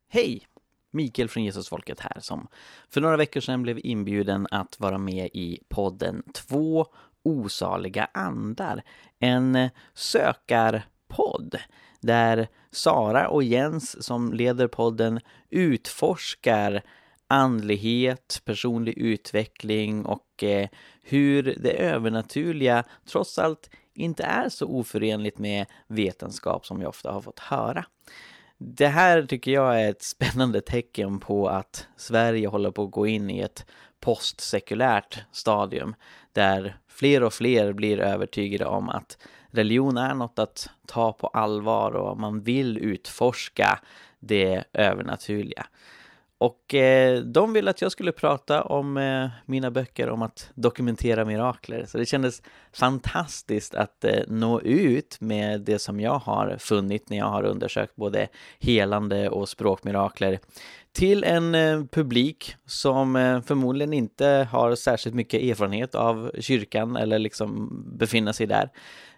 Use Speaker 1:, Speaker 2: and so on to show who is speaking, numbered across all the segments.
Speaker 1: Hej! Mikael från Jesusfolket här som för några veckor sedan blev inbjuden att vara med i podden Två osaliga andar. En sökarpodd där Sara och Jens som leder podden utforskar andlighet, personlig utveckling och hur det övernaturliga trots allt inte är så oförenligt med vetenskap som vi ofta har fått höra. Det här tycker jag är ett spännande tecken på att Sverige håller på att gå in i ett postsekulärt stadium där fler och fler blir övertygade om att religion är något att ta på allvar och man vill utforska det övernaturliga. Och de vill att jag skulle prata om mina böcker om att dokumentera mirakler. Så det kändes fantastiskt att nå ut med det som jag har funnit när jag har undersökt både helande och språkmirakler till en publik som förmodligen inte har särskilt mycket erfarenhet av kyrkan eller liksom befinner sig där.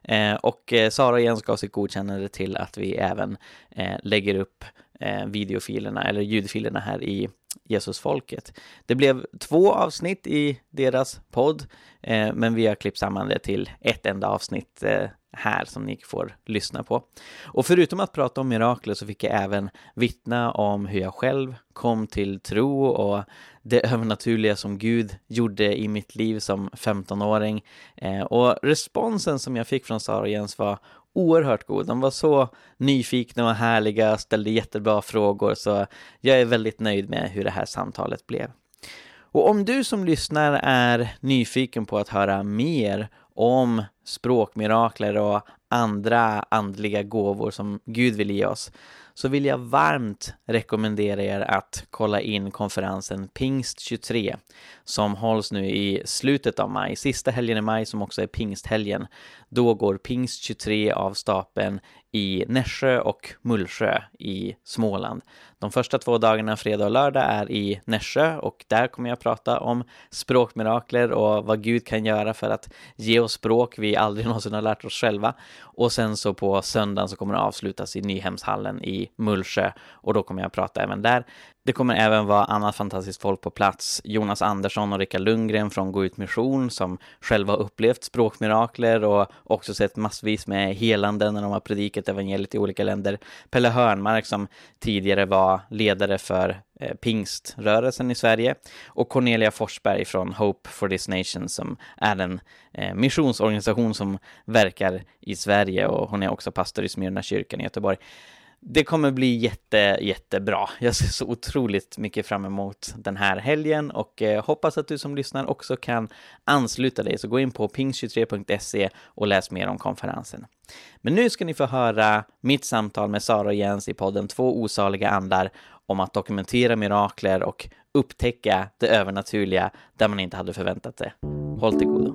Speaker 1: Och Sara och Jens gav sitt godkännande till att vi även lägger upp videofilerna eller ljudfilerna här i Jesusfolket. Det blev 2 avsnitt i deras podd, men vi har klippt samman det till ett enda avsnitt här som ni får lyssna på. Och förutom att prata om mirakler så fick jag även vittna om hur jag själv kom till tro och det övernaturliga som Gud gjorde i mitt liv som 15-åring. Och responsen som jag fick från Sara och Jens var oerhört god. De var så nyfikna och härliga, ställde jättebra frågor, så jag är väldigt nöjd med hur det här samtalet blev. Och om du som lyssnar är nyfiken på att höra mer om språkmirakler och andra andliga gåvor som Gud vill ge oss, så vill jag varmt rekommendera er att kolla in konferensen Pingst 23 som hålls nu i slutet av maj, sista helgen i maj som också är pingsthelgen. Då går Pingst 23 av stapeln i Nässjö och Mullsjö i Småland. De första 2 dagarna, fredag och lördag, är i Nässjö och där kommer jag prata om språkmirakler och vad Gud kan göra för att ge oss språk vi aldrig någonsin har lärt oss själva. Och sen så på söndagen så kommer det avslutas i Nyhemshallen i Mullsjö och då kommer jag prata även där. Det kommer även vara annat fantastiskt folk på plats. Jonas Andersson och Rickard Lundgren från Gå ut mission som själva har upplevt språkmirakler och också sett massvis med helanden när de har predikat evangeliet i olika länder. Pelle Hörnmark som tidigare var ledare för pingströrelsen i Sverige och Cornelia Forsberg från Hope for this Nation som är en missionsorganisation som verkar i Sverige och hon är också pastor i Smyrna kyrkan i Göteborg. Det kommer bli jättebra. Jag ser så otroligt mycket fram emot den här helgen och hoppas att du som lyssnar också kan ansluta dig. Så gå in på pingst23.se och läs mer om konferensen. Men nu ska ni få höra mitt samtal med Sara och Jens i podden Två osaliga andar om att dokumentera mirakler och upptäcka det övernaturliga där man inte hade förväntat sig. Håll till godo.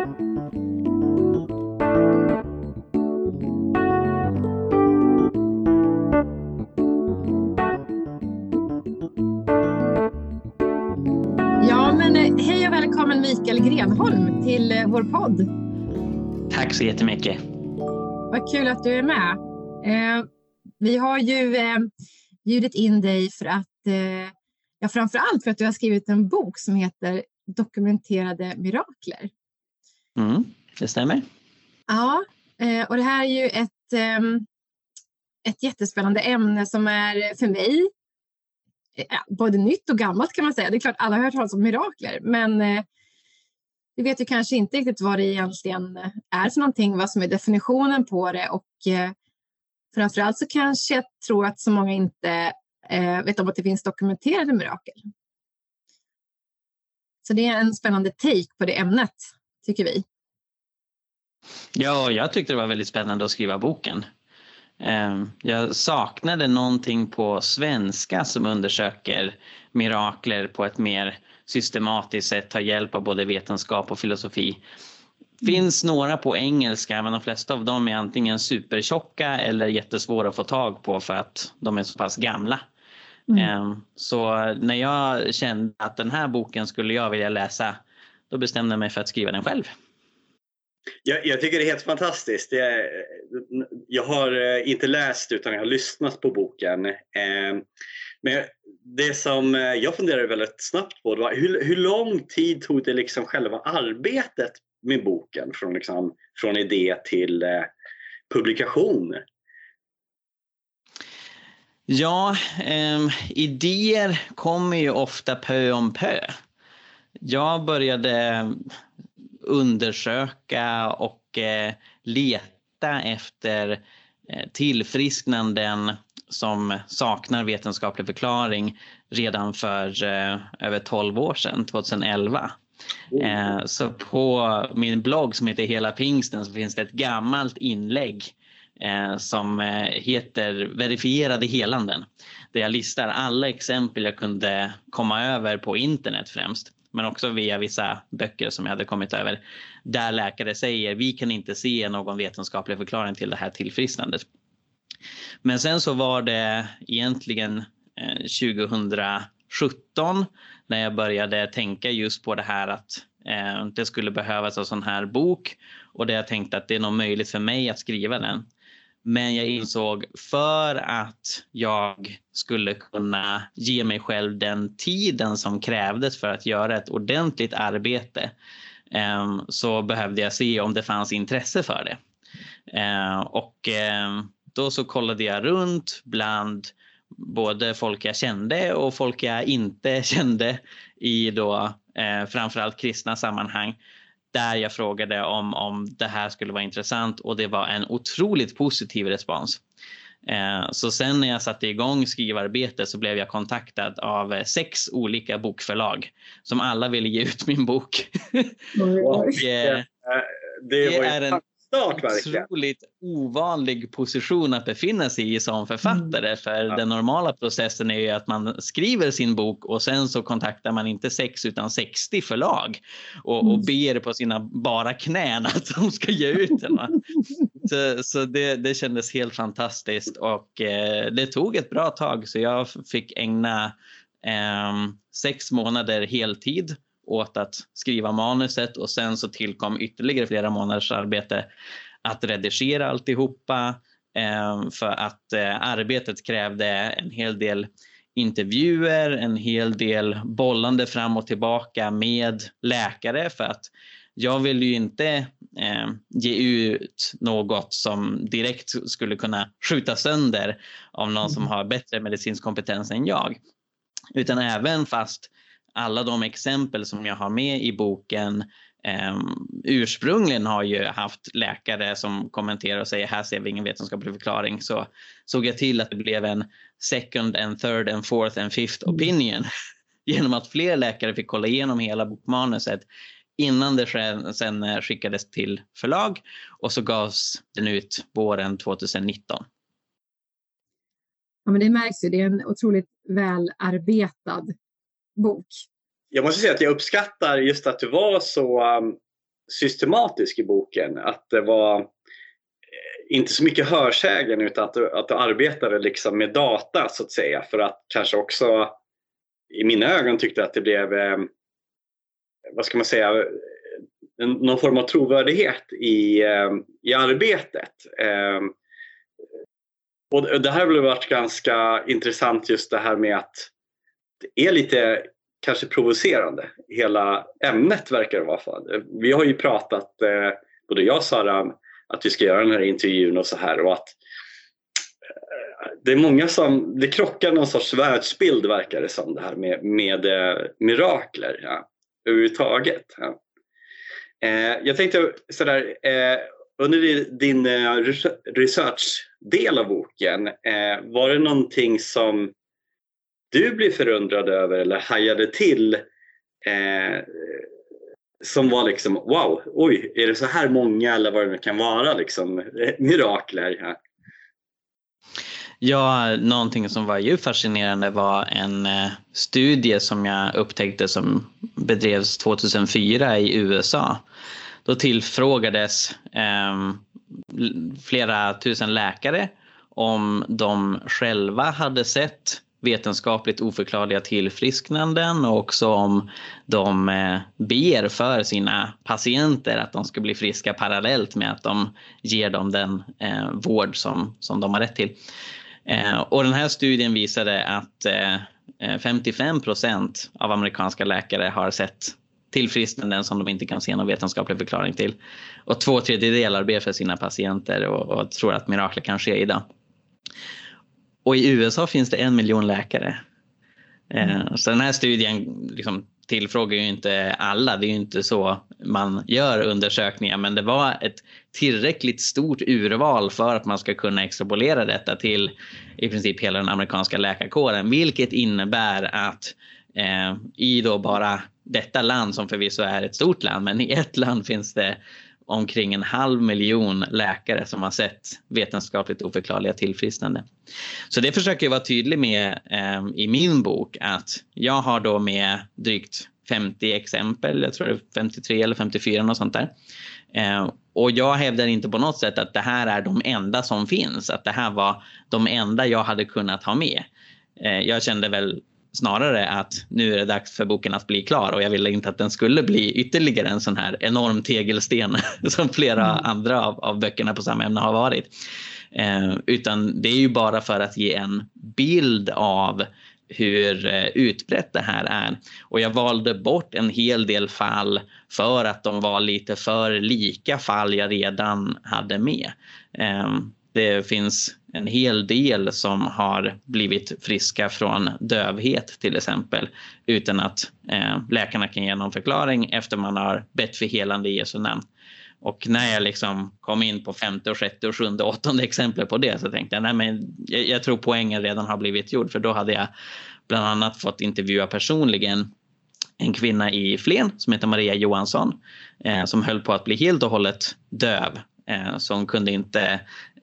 Speaker 2: Hej och välkommen Mikael Grenholm till vår podd.
Speaker 1: Tack så jättemycket.
Speaker 2: Vad kul att du är med. Vi har ju bjudit in dig för att, framförallt för att du har skrivit en bok som heter Dokumenterade mirakler.
Speaker 1: Det stämmer.
Speaker 2: Ja, och det här är ju ett jättespännande ämne som är för mig både nytt och gammalt kan man säga. Det är klart alla har hört talas om mirakler, men vi vet ju kanske inte riktigt vad det egentligen är för någonting, vad som är definitionen på det och framförallt så kanske jag tror att så många inte vet om att det finns dokumenterade mirakel. Så det är en spännande take på det ämnet, tycker vi.
Speaker 3: Ja, jag tyckte det var väldigt spännande att skriva boken. Jag saknade någonting på svenska som undersöker mirakler på ett mer systematiskt sätt, tar hjälp av både vetenskap och filosofi. Finns några på engelska, men de flesta av dem är antingen supertjocka eller jättesvåra att få tag på för att de är så pass gamla. Så när jag kände att den här boken skulle jag vilja läsa, då bestämde jag mig för att skriva den själv.
Speaker 4: Jag tycker det är helt fantastiskt. Jag har inte läst utan jag har lyssnat på boken. Men det som jag funderade väldigt snabbt på, det var hur lång tid tog det liksom själva arbetet med boken från idé till publikation?
Speaker 3: Ja, idéer kommer ju ofta pö om pö. Jag började undersöka och leta efter tillfrisknanden som saknar vetenskaplig förklaring redan för över 12 år sedan, 2011. Så på min blogg som heter Hela Pingsten så finns det ett gammalt inlägg som heter Verifierade helanden. Där jag listar alla exempel jag kunde komma över på internet främst. Men också via vissa böcker som jag hade kommit över. Där läkare säger vi kan inte se någon vetenskaplig förklaring till det här tillfrisknandet. Men sen så var det egentligen 2017 när jag började tänka just på det här att det skulle behövas en sån här bok. Och där jag tänkte att det är nog möjligt för mig att skriva den. Men jag insåg för att jag skulle kunna ge mig själv den tiden som krävdes för att göra ett ordentligt arbete så behövde jag se om det fanns intresse för det. Då så kollade jag runt bland både folk jag kände och folk jag inte kände i då framförallt kristna sammanhang. Där jag frågade om det här skulle vara intressant och det var en otroligt positiv respons. Så sen när jag satte igång skrivarbete så blev jag kontaktad av 6 olika bokförlag som alla ville ge ut min bok. Och, det är en otroligt ovanlig position att befinna sig i som författare. För den normala processen är ju att man skriver sin bok och sen så kontaktar man inte 6 utan 60 förlag och ber på sina bara knän att de ska ge ut den. Så det kändes helt fantastiskt och det tog ett bra tag så jag fick ägna 6 månader heltid åt att skriva manuset och sen så tillkom ytterligare flera månaders arbete att redigera alltihopa för att arbetet krävde en hel del intervjuer, en hel del bollande fram och tillbaka med läkare för att jag vill ju inte ge ut något som direkt skulle kunna skjuta sönder av någon som har bättre medicinsk kompetens än jag. Utan även fast alla de exempel som jag har med i boken ursprungligen har ju haft läkare som kommenterar och säger här ser vi ingen vetenskaplig förklaring, så såg jag till att det blev en second and third and fourth and fifth opinion genom att fler läkare fick kolla igenom hela bokmanuset innan det sen skickades till förlag och så gavs den ut våren 2019.
Speaker 2: Ja, men det märks ju, det är en otroligt välarbetad bok.
Speaker 4: Jag måste säga att jag uppskattar just att du var så systematisk i boken. Att det var inte så mycket hörsägen utan att du arbetade liksom med data så att säga. För att kanske också i mina ögon tyckte att det blev, vad ska man säga, någon form av trovärdighet i arbetet. Och det här har väl varit ganska intressant just det här med att det är lite kanske provocerande. Hela ämnet verkar det vara för. Vi har ju pratat, både jag och Sara, att vi ska göra den här intervjun och så här. Och att det är många som, det krockar någon sorts världsbild verkar det som det här med mirakler överhuvudtaget. Ja. Jag tänkte sådär, under din researchdel av boken, var det någonting som du blev förundrad över eller hajade till som var liksom wow, oj, är det så här många eller vad det kan vara liksom mirakler här?
Speaker 3: Ja, någonting som var ju fascinerande var en studie som jag upptäckte som bedrevs 2004 i USA. Då tillfrågades flera tusen läkare om de själva hade sett vetenskapligt oförklarliga tillfrisknanden och också om de ber för sina patienter att de ska bli friska parallellt med att de ger dem den vård som de har rätt till. Och den här studien visade att 55% av amerikanska läkare har sett tillfrisknanden som de inte kan se någon vetenskaplig förklaring till. Och 2/3 ber för sina patienter och tror att mirakler kan ske idag. Och i USA finns det 1 miljon läkare. Så den här studien liksom tillfrågar ju inte alla, det är ju inte så man gör undersökningar, men det var ett tillräckligt stort urval för att man ska kunna extrapolera detta till i princip hela den amerikanska läkarkåren, vilket innebär att i då bara detta land, som förvisso är ett stort land, men i ett land finns det omkring 500 000 läkare som har sett vetenskapligt oförklarliga tillfrisknande. Så det försöker jag vara tydlig med i min bok, att jag har då med drygt 50 exempel, jag tror det är 53 eller 54 och sånt där. Och jag hävdar inte på något sätt att det här är de enda som finns, att det här var de enda jag hade kunnat ha med. Jag kände väl snarare att nu är det dags för boken att bli klar, och jag ville inte att den skulle bli ytterligare en sån här enorm tegelsten som flera andra av böckerna på samma ämne har varit. Utan det är ju bara för att ge en bild av hur utbrett det här är. Och jag valde bort en hel del fall för att de var lite för lika fall jag redan hade med. Det finns en hel del som har blivit friska från dövhet till exempel, utan att läkarna kan ge någon förklaring efter man har bett för helande i Jesu namn. Och när jag liksom kom in på 5:e, 6:e, 7:e, 8:e exempel på det, så tänkte jag, nej men jag tror poängen redan har blivit gjord, för då hade jag bland annat fått intervjua personligen en kvinna i Flen som heter Maria Johansson, som höll på att bli helt och hållet döv. Så hon kunde inte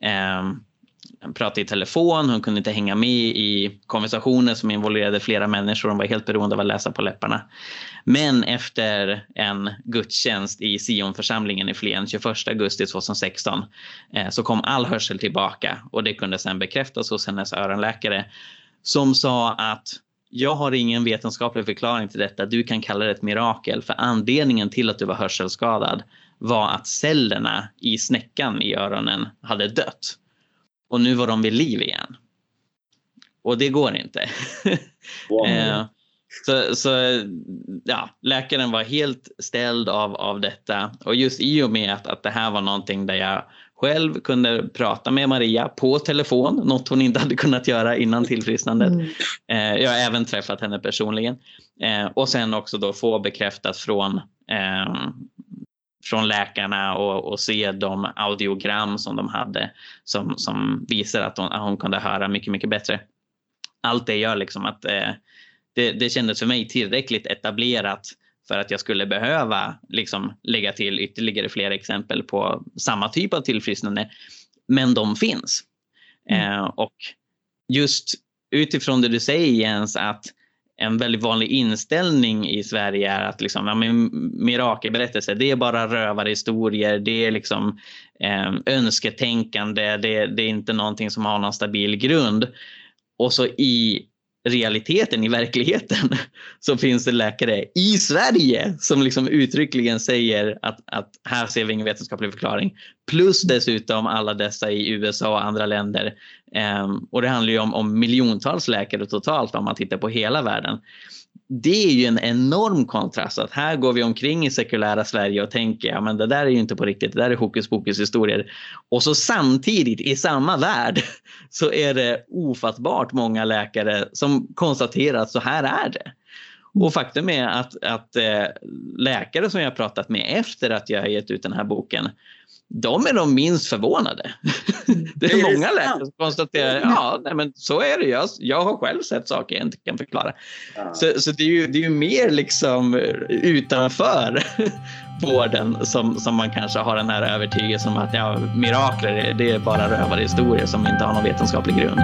Speaker 3: prata i telefon, hon kunde inte hänga med i konversationer som involverade flera människor, hon var helt beroende av att läsa på läpparna. Men efter en gudstjänst i Sionförsamlingen i Flen 21 augusti 2016 så kom all hörsel tillbaka, och det kunde sedan bekräftas hos hennes öronläkare, som sa att jag har ingen vetenskaplig förklaring till detta, du kan kalla det ett mirakel, för anledningen till att du var hörselskadad var att cellerna i snäckan i öronen hade dött. Och nu var de vid liv igen. Och det går inte. Wow. Så ja, läkaren var helt ställd av detta. Och just i och med att det här var någonting där jag själv kunde prata med Maria på telefon, något hon inte hade kunnat göra innan tillfrisknandet. Jag har även träffat henne personligen. Och sen också då få bekräftat från läkarna och se de audiogram som de hade som visar att hon kunde höra mycket, mycket bättre. Allt det gör liksom att det kändes för mig tillräckligt etablerat för att jag skulle behöva liksom lägga till ytterligare fler exempel på samma typ av tillfrisknande. Men de finns. Och just utifrån det du säger, Jens, att en väldigt vanlig inställning i Sverige är att liksom, mirakelberättelser, det är bara rövarhistorier, det är liksom önsketänkande, det är inte någonting som har någon stabil grund. Och så i realiteten, i verkligheten, så finns det läkare i Sverige som liksom uttryckligen säger att här ser vi ingen vetenskaplig förklaring. Plus dessutom alla dessa i USA och andra länder. Och det handlar ju om miljontals läkare totalt om man tittar på hela världen. Det är ju en enorm kontrast att här går vi omkring i sekulära Sverige och tänker, ja men det där är ju inte på riktigt, det där är hokus pokus historier. Och så samtidigt i samma värld så är det ofattbart många läkare som konstaterar att så här är det. Och faktum är att läkare som jag har pratat med efter att jag har gett ut den här boken, de är de minst förvånade. Det är många läkare som konstaterar, ja, nej, men så är det. Jag har själv sett saker jag inte kan förklara. Ja. Så det är ju mer liksom utanför vården som man kanske har den här övertygelsen om att mirakler, det är bara rövarhistorier som inte har någon vetenskaplig grund.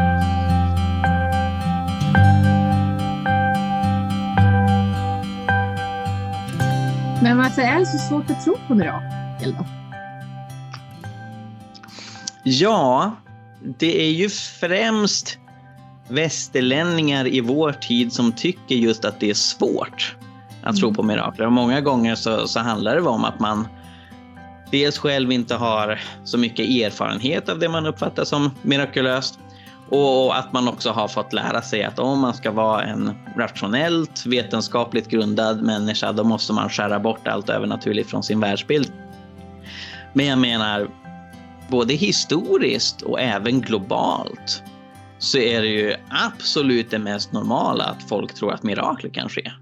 Speaker 2: Men varför är det så svårt att tro på mirakel då?
Speaker 3: Ja, det är ju främst västerlänningar i vår tid som tycker just att det är svårt att tro på mirakler. Och många gånger så handlar det om att man dels själv inte har så mycket erfarenhet av det man uppfattar som mirakulöst. Och att man också har fått lära sig att om man ska vara en rationellt, vetenskapligt grundad människa, då måste man skära bort allt övernaturligt från sin världsbild. Men jag menar, både historiskt och även globalt så är det ju absolut det mest normala att folk tror att mirakler kan ske.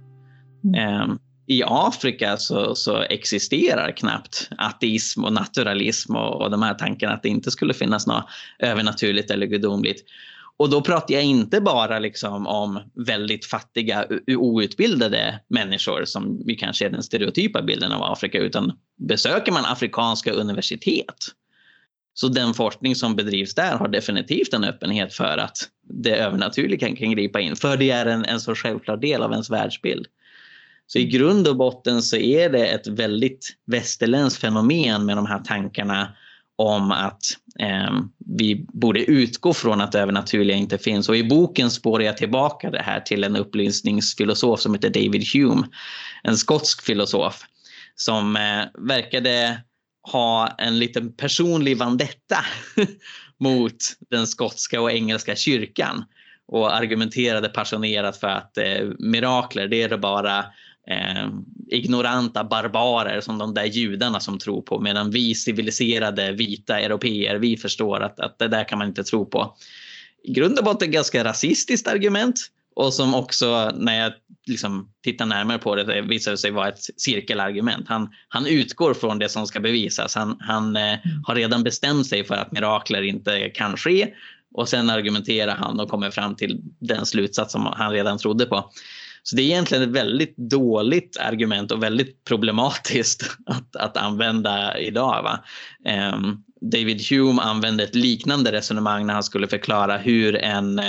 Speaker 3: I Afrika så existerar knappt ateism och naturalism och de här tankarna att det inte skulle finnas något övernaturligt eller gudomligt. Och då pratar jag inte bara liksom om väldigt fattiga, outbildade människor som vi kanske är den stereotypa bilden av Afrika, utan besöker man afrikanska universitet, så den forskning som bedrivs där har definitivt en öppenhet för att det övernaturliga kan gripa in. För det är en så självklar del av ens världsbild. Så i grund och botten så är det ett väldigt västerländskt fenomen med de här tankarna om att vi borde utgå från att det övernaturliga inte finns. Och i boken spårar jag tillbaka det här till en upplysningsfilosof som heter David Hume. En skotsk filosof som verkade ha en liten personlig vendetta mot den skotska och engelska kyrkan. Och argumenterade passionerat för att mirakler, det är det bara ignoranta barbarer som de där judarna som tror på, medan vi civiliserade vita europeer, vi förstår att det där kan man inte tro på. I grund och botten ganska rasistiskt argument, och som också när jag liksom tittar närmare på det visar sig vara ett cirkelargument. Han utgår från det som ska bevisas. Han har redan bestämt sig för att mirakler inte kan ske, och sen argumenterar han och kommer fram till den slutsats som han redan trodde på. Så det är egentligen ett väldigt dåligt argument och väldigt problematiskt att använda idag. Va? David Hume använde ett liknande resonemang när han skulle förklara hur en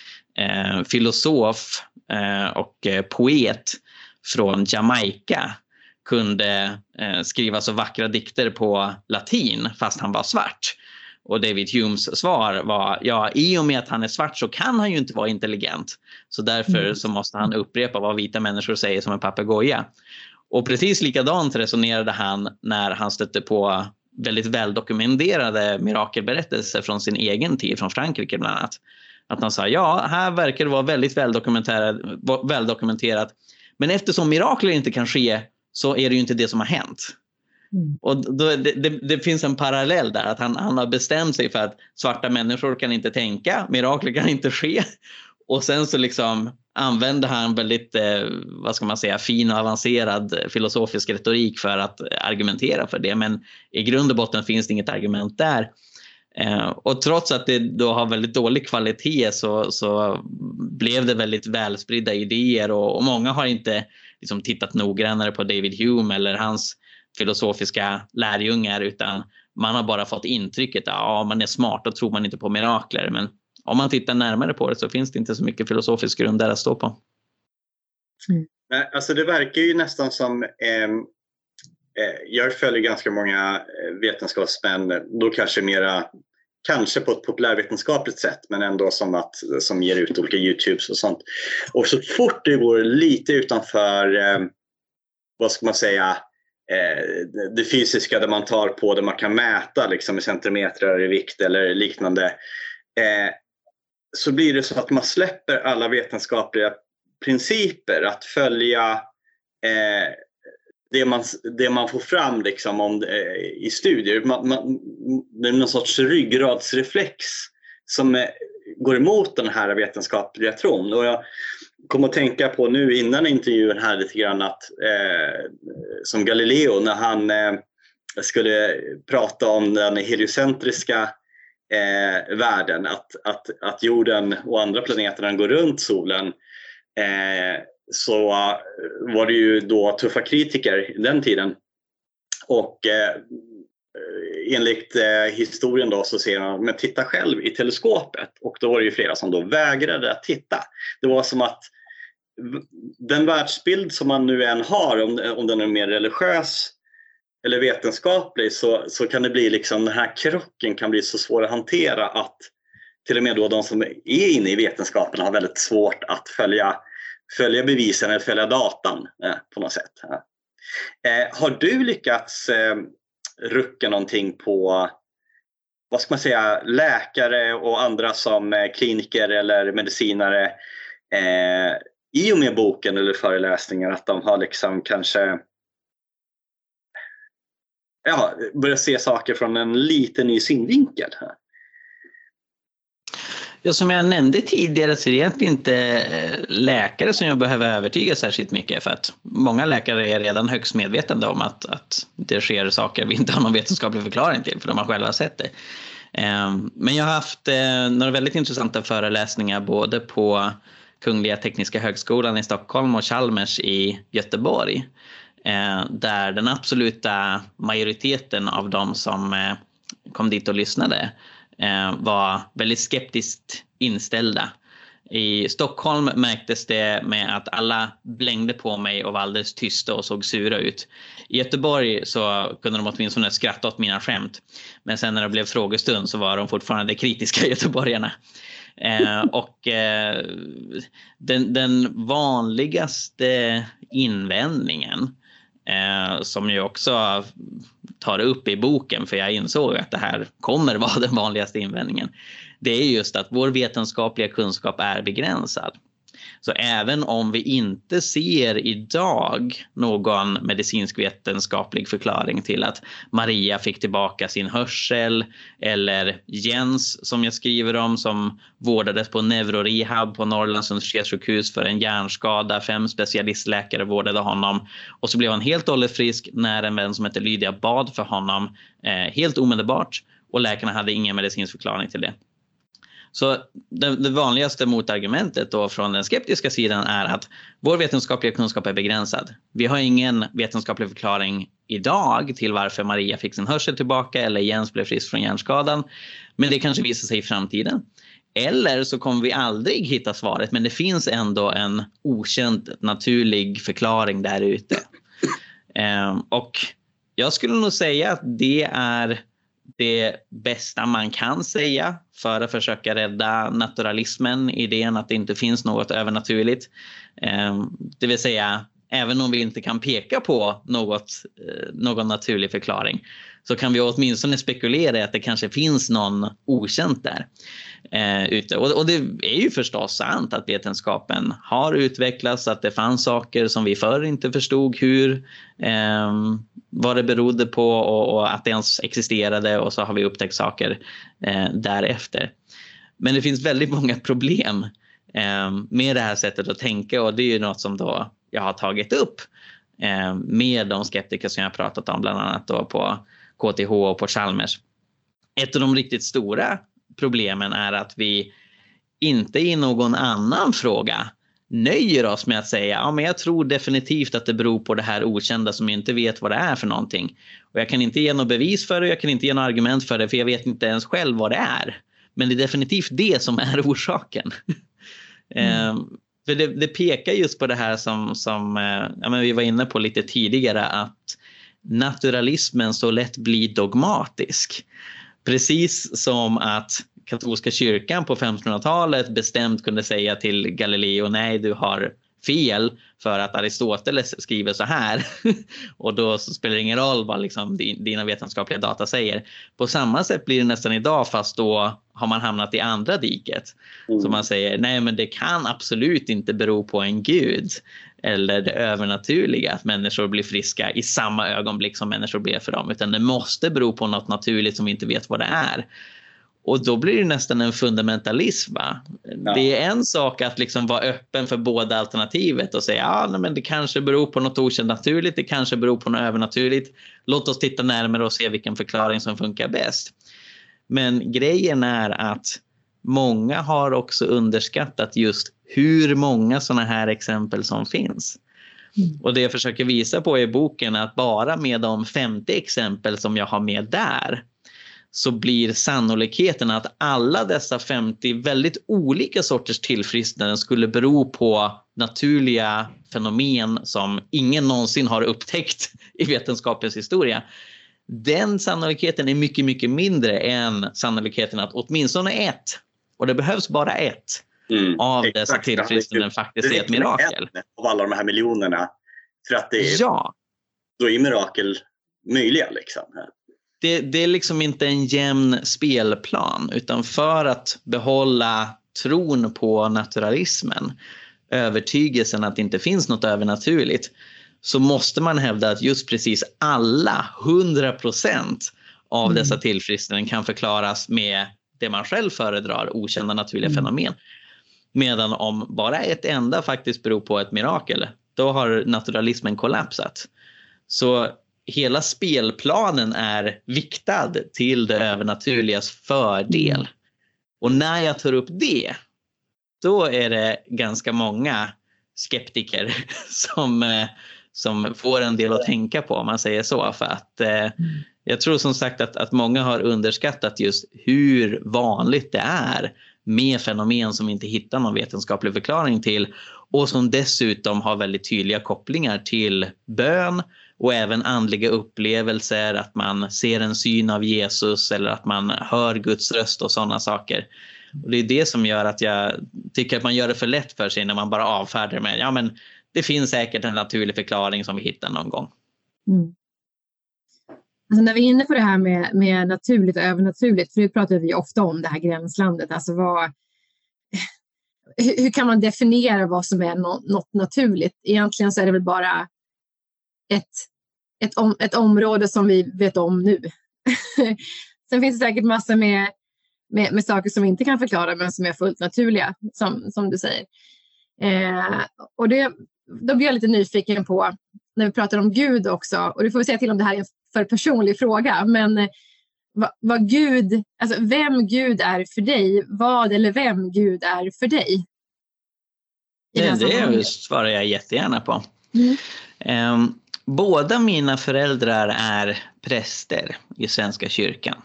Speaker 3: filosof och poet från Jamaica kunde skriva så vackra dikter på latin fast han var svart. Och David Humes svar var, ja, i och med att han är svart så kan han ju inte vara intelligent. Så därför så måste han upprepa vad vita människor säger som en papegoja. Och precis likadant resonerade han när han stötte på väldigt väldokumenterade mirakelberättelser från sin egen tid, från Frankrike bland annat. Att han sa, ja, här verkar det vara väldigt väldokumenterat. Men eftersom mirakler inte kan ske så är det ju inte det som har hänt. Och då, det finns en parallell där, att han har bestämt sig för att svarta människor kan inte tänka, mirakler kan inte ske, och sen så liksom använder han väldigt vad ska man säga, fin och avancerad filosofisk retorik för att argumentera för det, men i grund och botten finns det inget argument där. Och trots att det då har väldigt dålig kvalitet så blev det väldigt välspridda idéer, och många har inte liksom tittat noggrannare på David Hume eller hans filosofiska lärjungar, utan man har bara fått intrycket att man är smart och tror man inte på mirakler. Men om man tittar närmare på det så finns det inte så mycket filosofisk grund där att stå på.
Speaker 4: Alltså det verkar ju nästan som jag följer ganska många vetenskapsmän, då kanske på ett populärvetenskapligt sätt, men ändå som ger ut olika YouTubes och sånt. Och så fort det går lite utanför vad ska man säga, det fysiska, där man tar på, där man kan mäta liksom i centimeter i vikt eller liknande, så blir det så att man släpper alla vetenskapliga principer att följa det man får fram liksom i studier. Det är någon sorts ryggradsreflex som går emot den här vetenskapliga tron. Och jag kommer att tänka på nu innan intervjun här lite grann att som Galileo när han skulle prata om den heliocentriska världen, att jorden och andra planeterna går runt solen, så var det ju då tuffa kritiker i den tiden. Och enligt historien då så ser man, men titta själv i teleskopet. Och då var det ju flera som då vägrade att titta. Det var som att den världsbild som man nu än har, om den är mer religiös eller vetenskaplig, så kan det bli liksom, den här krocken kan bli så svår att hantera att till och med då de som är inne i vetenskapen har väldigt svårt att följa bevisen eller följa datan på något sätt. Har du lyckats rucka någonting på vad ska man säga, läkare och andra som kliniker eller medicinare i och med boken eller föreläsningar, att de har liksom kanske börjat se saker från en liten ny synvinkel här.
Speaker 3: Ja, som jag nämnde tidigare så är det egentligen inte läkare som jag behöver övertyga särskilt mycket, för att många läkare är redan högst medvetna om att det sker saker vi inte har någon vetenskaplig förklaring till, för de har själva sett det. Men jag har haft några väldigt intressanta föreläsningar både på Kungliga Tekniska högskolan i Stockholm och Chalmers i Göteborg, där den absoluta majoriteten av de som kom dit och lyssnade var väldigt skeptiskt inställda. I Stockholm märktes det med att alla blängde på mig och var alldeles tysta och såg sura ut. I Göteborg så kunde de åtminstone skratta åt mina skämt. Men sen när det blev frågestund så var de fortfarande kritiska, göteborgarna. Den vanligaste invändningen, som jag också tar upp i boken, för jag insåg att det här kommer vara den vanligaste invändningen, det är just att vår vetenskapliga kunskap är begränsad. Så även om vi inte ser idag någon medicinsk vetenskaplig förklaring till att Maria fick tillbaka sin hörsel, eller Jens som jag skriver om som vårdades på neurorehab på Norrlands universitetssjukhus för en hjärnskada, 5 specialistläkare vårdade honom och så blev han helt ålderfrisk när en vän som heter Lydia bad för honom helt omedelbart, och läkarna hade ingen medicinsk förklaring till det. Så det vanligaste motargumentet då från den skeptiska sidan är att vår vetenskapliga kunskap är begränsad. Vi har ingen vetenskaplig förklaring idag till varför Maria fick sin hörsel tillbaka eller Jens blev frisk från hjärnskadan. Men det kanske visar sig i framtiden. Eller så kommer vi aldrig hitta svaret, men det finns ändå en okänd naturlig förklaring där ute. Och jag skulle nog säga att det är det bästa man kan säga för att försöka rädda naturalismen, idén att det inte finns något övernaturligt. Det vill säga, även om vi inte kan peka på någon naturlig förklaring, så kan vi åtminstone spekulera att det kanske finns någon okänt där ute. Och det är ju förstås sant att vetenskapen har utvecklats, att det fanns saker som vi förr inte förstod vad det berodde på och att det ens existerade, och så har vi upptäckt saker därefter. Men det finns väldigt många problem med det här sättet att tänka, och det är ju något som då jag har tagit upp med de skeptiker som jag har pratat om, bland annat då på KTH och på Chalmers. Ett av de riktigt stora problemen är att vi inte i någon annan fråga nöjer oss med att säga men jag tror definitivt att det beror på det här okända som jag inte vet vad det är för någonting. Och jag kan inte ge något bevis för det, jag kan inte ge något argument för det, för jag vet inte ens själv vad det är. Men det är definitivt det som är orsaken. För det pekar just på det här som vi var inne på lite tidigare, att naturalismen så lätt blir dogmatisk. Precis som att katolska kyrkan på 1500-talet bestämt kunde säga till Galileo, nej du har fel för att Aristoteles skriver så här. Och då så spelar det ingen roll vad liksom dina vetenskapliga data säger. På samma sätt blir det nästan idag, fast då har man hamnat i andra diket. Så man säger, nej men det kan absolut inte bero på en gud eller det övernaturliga att människor blir friska i samma ögonblick som människor ber för dem, utan det måste bero på något naturligt som vi inte vet vad det är. Och då blir det nästan en fundamentalism, va? Ja. Det är en sak att liksom vara öppen för båda alternativet och säga men det kanske beror på något okänt naturligt, det kanske beror på något övernaturligt. Låt oss titta närmare och se vilken förklaring som funkar bäst. Men grejen är att många har också underskattat just hur många sådana här exempel som finns. Och det jag försöker visa på i boken är att bara med de 50 exempel som jag har med där, så blir sannolikheten att alla dessa 50 väldigt olika sorters tillfrisknanden skulle bero på naturliga fenomen som ingen någonsin har upptäckt i vetenskapens historia. Den sannolikheten är mycket, mycket mindre än sannolikheten att åtminstone ett, och det behövs bara ett, av dessa tillfrisknanden faktiskt är ett mirakel.
Speaker 4: Av alla de här miljonerna. För att det är, då är mirakel möjliga liksom.
Speaker 3: det är liksom inte en jämn spelplan, utan för att behålla tron på naturalismen, övertygelsen att det inte finns något övernaturligt, så måste man hävda att just precis alla 100% av dessa tillfrisknanden kan förklaras med det man själv föredrar, okända naturliga fenomen. Medan om bara ett enda faktiskt beror på ett mirakel, då har naturalismen kollapsat. Så hela spelplanen är viktad till det övernaturligas fördel. Och när jag tar upp det, då är det ganska många skeptiker som får en del att tänka på, om man säger så. För att jag tror som sagt att många har underskattat just hur vanligt det är med fenomen som inte hittar någon vetenskaplig förklaring till, och som dessutom har väldigt tydliga kopplingar till bön och även andliga upplevelser, att man ser en syn av Jesus eller att man hör Guds röst och sådana saker. Och det är det som gör att jag tycker att man gör det för lätt för sig när man bara avfärdar med, ja men det finns säkert en naturlig förklaring som vi hittar någon gång.
Speaker 2: Alltså när vi är inne på det här med naturligt och övernaturligt, för det pratar vi ofta om, det här gränslandet. Alltså hur kan man definiera vad som är något naturligt? Egentligen så är det väl bara ett område som vi vet om nu. Sen finns det säkert massor med saker som vi inte kan förklara, men som är fullt naturliga, som du säger. Och då blir jag lite nyfiken på, när vi pratar om Gud också, och du får säga till om det här är en för personlig fråga, men vad Gud, alltså vem Gud är för dig, vad eller vem Gud är för dig?
Speaker 3: Det svarar jag jättegärna på. Båda mina föräldrar är präster i Svenska kyrkan.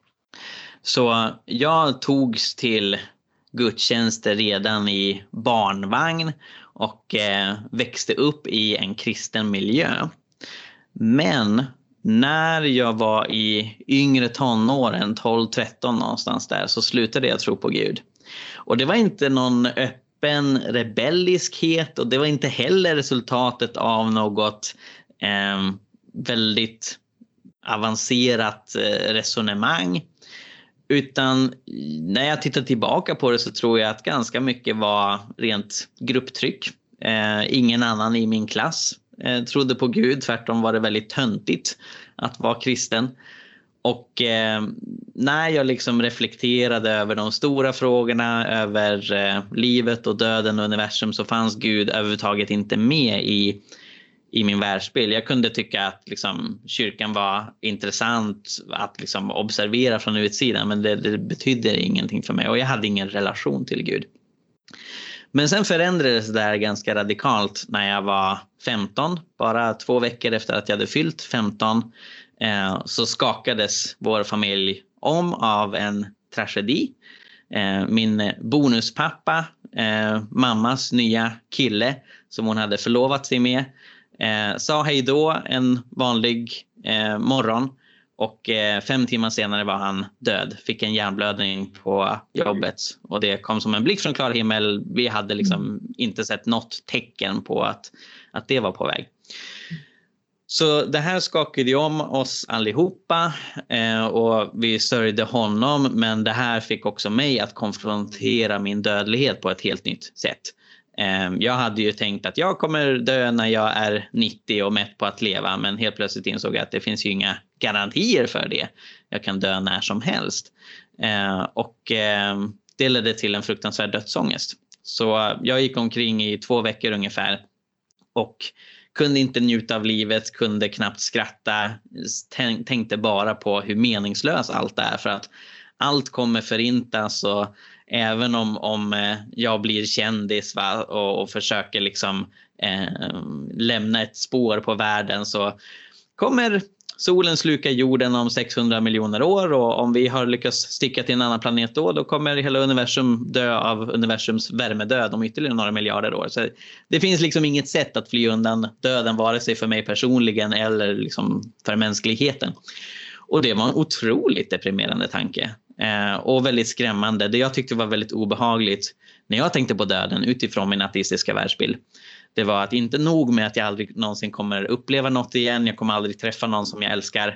Speaker 3: Så jag togs till gudstjänster redan i barnvagn och växte upp i en kristen miljö. Men när jag var i yngre tonåren, 12-13 någonstans där, så slutade jag tro på Gud. Och det var inte någon öppen rebelliskhet, och det var inte heller resultatet av något väldigt avancerat resonemang. Utan när jag tittar tillbaka på det så tror jag att ganska mycket var rent grupptryck. Ingen annan i min klass trodde på Gud, tvärtom var det väldigt töntigt att vara kristen. Och när jag liksom reflekterade över de stora frågorna, över livet och döden och universum, så fanns Gud överhuvudtaget inte med i min världsbild. Jag kunde tycka att liksom, kyrkan var intressant att liksom, observera från utsidan, men det betydde ingenting för mig, och jag hade ingen relation till Gud. Men sen förändrades det där ganska radikalt när jag var 15. Bara 2 veckor efter att jag hade fyllt 15 så skakades vår familj om av en tragedi. Min bonuspappa, mammas nya kille som hon hade förlovat sig med, sa hej då en vanlig morgon, och 5 timmar senare var han död. Fick en hjärnblödning på jobbet, och det kom som en blixt från klar himmel. Vi hade liksom inte sett något tecken på att det var på väg. Så det här skakade om oss allihopa, och vi sörjde honom, men det här fick också mig att konfrontera min dödlighet på ett helt nytt sätt. Jag hade ju tänkt att jag kommer dö när jag är 90 och mätt på att leva, men helt plötsligt insåg jag att det finns ju inga garantier för det. Jag kan dö när som helst. Och det ledde till en fruktansvärd dödsångest. Så jag gick omkring i 2 veckor ungefär och kunde inte njuta av livet, kunde knappt skratta, tänkte bara på hur meningslös allt är, för att allt kommer förintas. Och även om jag blir kändis och försöker liksom lämna ett spår på världen, så kommer solen sluka jorden om 600 miljoner år, och om vi har lyckats sticka till en annan planet då kommer hela universum dö av universums värmedöd om ytterligare några miljarder år. Så det finns liksom inget sätt att fly undan döden, vare sig för mig personligen eller liksom för mänskligheten. Och det var en otroligt deprimerande tanke. Och väldigt skrämmande. Det jag tyckte var väldigt obehagligt när jag tänkte på döden utifrån min ateistiska världsbild, det var att inte nog med att jag aldrig någonsin kommer uppleva något igen, jag kommer aldrig träffa någon som jag älskar,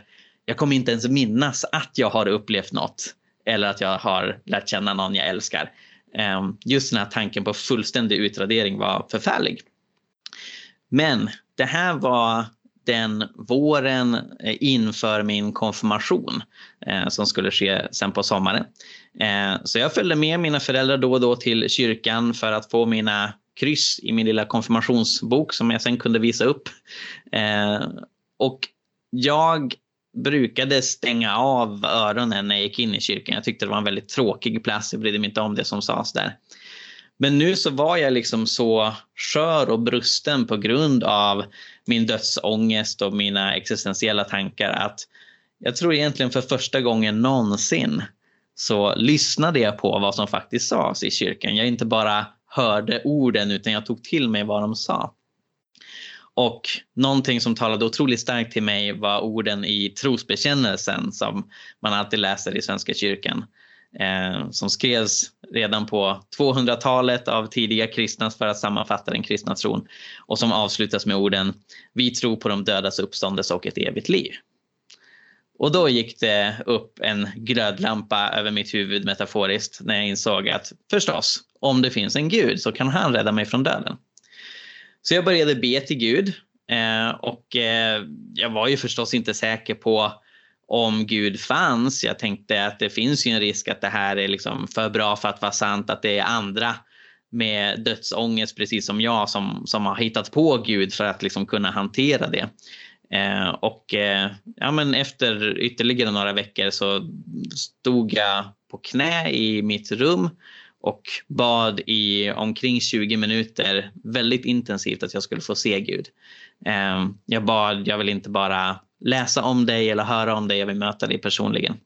Speaker 3: jag kommer inte ens minnas att jag har upplevt något eller att jag har lärt känna någon jag älskar. Just den här tanken på fullständig utradering var förfärlig. Men det här var den våren inför min konfirmation som skulle ske sen på sommaren. Så jag följde med mina föräldrar då och då till kyrkan för att få mina kryss i min lilla konfirmationsbok som jag sen kunde visa upp. Och jag brukade stänga av öronen när jag gick in i kyrkan. Jag tyckte det var en väldigt tråkig plats. Jag brydde mig inte om det som sades där. Men nu så var jag liksom så skör och brusten på grund av min dödsångest och mina existentiella tankar att jag tror egentligen för första gången någonsin så lyssnade jag på vad som faktiskt sades i kyrkan. Jag inte bara hörde orden utan jag tog till mig vad de sa. Och någonting som talade otroligt starkt till mig var orden i trosbekännelsen som man alltid läser i Svenska kyrkan. Som skrevs redan på 200-talet av tidiga kristna för att sammanfatta den kristna tron. Och som avslutas med orden: vi tror på de dödas uppståndelse och ett evigt liv. Och då gick det upp en glödlampa över mitt huvud metaforiskt när jag insåg att förstås, om det finns en Gud så kan han rädda mig från döden. Så jag började be till Gud och jag var ju förstås inte säker på om Gud fanns. Jag tänkte att det finns ju en risk att det här är liksom för bra för att vara sant, att det är andra med dödsångest precis som jag som har hittat på Gud för att liksom kunna hantera det. Ja, men efter ytterligare några veckor så stod jag på knä i mitt rum och bad i omkring 20 minuter väldigt intensivt att jag skulle få se Gud. Jag bad, jag vill inte bara läsa om dig eller höra om dig, jag vill möta dig personligen.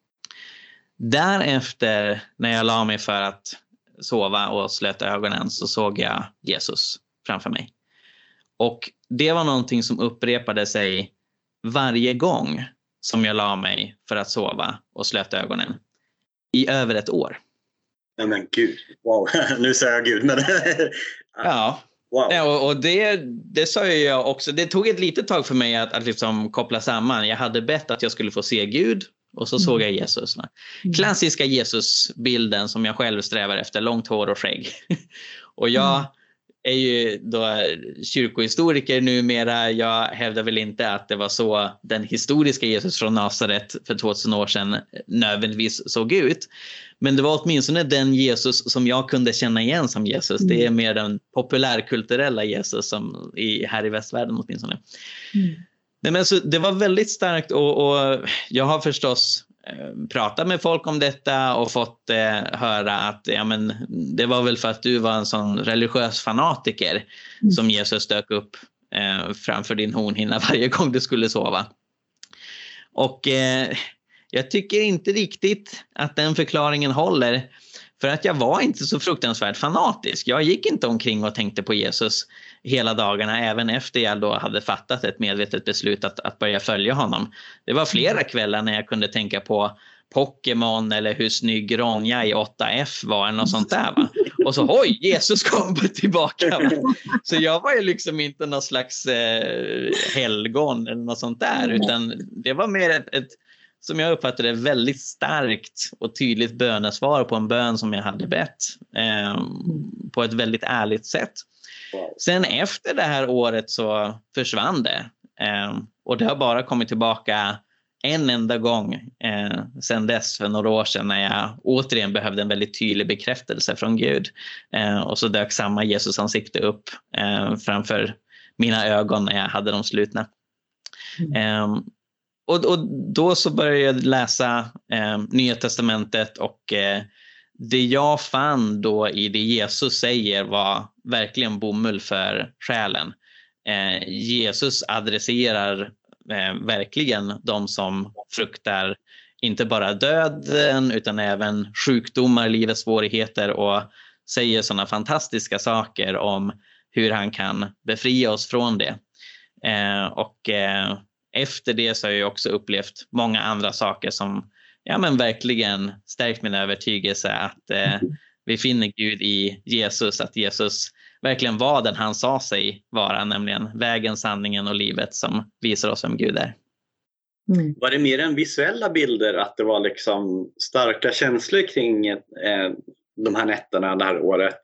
Speaker 3: Därefter när jag la mig för att sova och slöt ögonen så såg jag Jesus framför mig. Och det var någonting som upprepade sig varje gång som jag la mig för att sova och slöt ögonen i över ett år.
Speaker 4: Nej men gud, wow, nu säger jag gud. Men
Speaker 3: ja, wow. Och det sa jag också. Det tog ett litet tag för mig att liksom koppla samman. Jag hade bett att jag skulle få se Gud och så såg jag Jesus. Klassiska Jesus-bilden som jag själv strävar efter, långt hår och skägg. Och jag är ju då kyrkohistoriker numera. Jag hävdar väl inte att det var så den historiska Jesus från Nasaret för 2000 år sedan nödvändigtvis såg ut. Men det var åtminstone den Jesus som jag kunde känna igen som Jesus. Det är mer den populärkulturella Jesus som här i västvärlden åtminstone. Nej, men så det var väldigt starkt och jag har förstås pratat med folk om detta och fått höra att ja, men det var väl för att du var en sån religiös fanatiker som Jesus dök upp framför din hornhinna varje gång du skulle sova. Och jag tycker inte riktigt att den förklaringen håller, för att jag var inte så fruktansvärt fanatisk. Jag gick inte omkring och tänkte på Jesus hela dagarna, även efter jag då hade fattat ett medvetet beslut att börja följa honom. Det var flera kvällar när jag kunde tänka på Pokémon eller hur snygg Ronja i 8F var eller något sånt där, va? Och så, oj, Jesus kom tillbaka, va? Så jag var ju liksom inte någon slags helgon eller något sånt där, utan det var mer ett som jag uppfattade det, väldigt starkt och tydligt bönesvar på en bön som jag hade bett på ett väldigt ärligt sätt. Sen efter det här året så försvann det och det har bara kommit tillbaka en enda gång sen dess för några år sedan när jag återigen behövde en väldigt tydlig bekräftelse från Gud. Och så dök samma Jesus ansikte upp framför mina ögon när jag hade dem slutna. Och då så började jag läsa Nya testamentet och det jag fann då i det Jesus säger var verkligen bomull för själen. Jesus adresserar verkligen de som fruktar inte bara döden utan även sjukdomar, livets svårigheter och säger sådana fantastiska saker om hur han kan befria oss från det. Efter det så har jag också upplevt många andra saker som men verkligen stärkt min övertygelse att vi finner Gud i Jesus, att Jesus verkligen var den han sa sig vara, nämligen vägen, sanningen och livet som visar oss vem Gud är.
Speaker 4: Var det mer än visuella bilder, att det var liksom starka känslor kring de här nätterna det här året?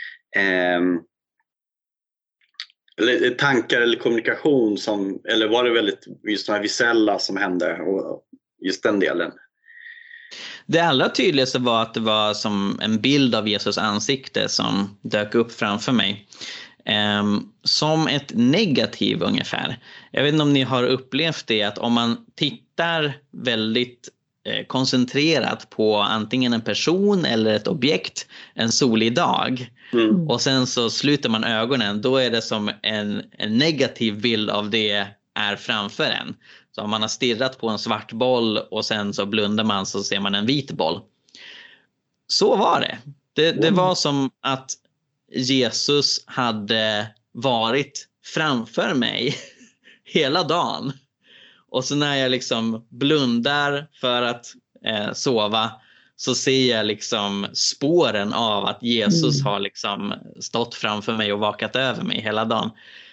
Speaker 4: Eller tankar eller kommunikation eller var det väldigt just de här visuella som hände och just den delen?
Speaker 3: Det allra tydligaste var att det var som en bild av Jesus ansikte som dök upp framför mig. Som ett negativ ungefär. Jag vet inte om ni har upplevt det, att om man tittar väldigt koncentrerat på antingen en person eller ett objekt en solig dag, och sen så sluter man ögonen, då är det som en negativ bild av det är framför en. Så om man har stirrat på en svart boll och sen så blundar man, så ser man en vit boll. Så var det. Det var som att Jesus hade varit framför mig hela dagen. Och så när jag liksom blundar för att sova, så ser jag liksom spåren av att Jesus har liksom stått framför mig och vakat över mig hela dagen.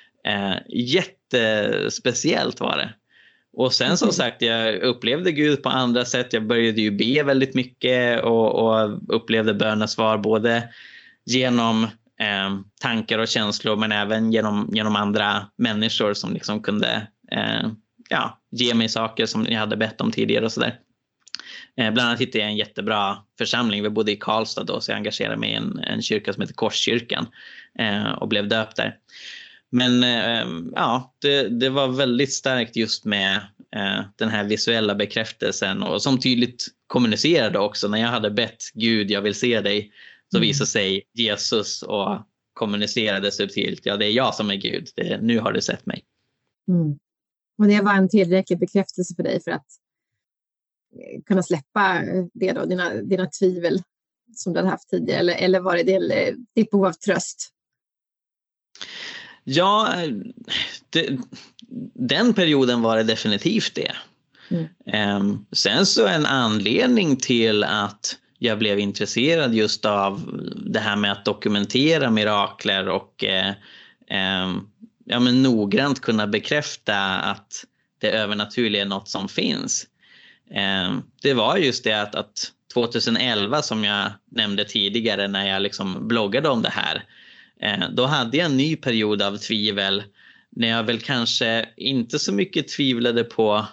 Speaker 3: Jättespeciellt var det. Och sen som sagt, jag upplevde Gud på andra sätt. Jag började ju be väldigt mycket och upplevde bönesvar både genom tankar och känslor, men även genom andra människor som liksom kunde ge mig saker som jag hade bett om tidigare och sådär. Bland annat hittade jag en jättebra församling. Vi bodde i Karlstad då, så jag engagerade mig i en kyrka som heter Korskyrkan och blev döpt där. Men det var väldigt starkt just med den här visuella bekräftelsen, och som tydligt kommunicerade också. När jag hade bett Gud, jag vill se dig, så visade sig Jesus och kommunicerade subtilt. Ja, det är jag som är Gud. Nu har du sett mig.
Speaker 2: Och det var en tillräcklig bekräftelse för dig för att kunna släppa det då, dina tvivel som du hade haft tidigare, eller var det ditt behov av tröst?
Speaker 3: Ja, den perioden var det definitivt det. Sen så en anledning till att jag blev intresserad just av det här med att dokumentera mirakler och noggrant kunna bekräfta att det övernaturliga är något som finns. Det var just det att 2011, som jag nämnde tidigare, när jag liksom bloggade om det här, då hade jag en ny period av tvivel, när jag väl kanske inte så mycket tvivlade på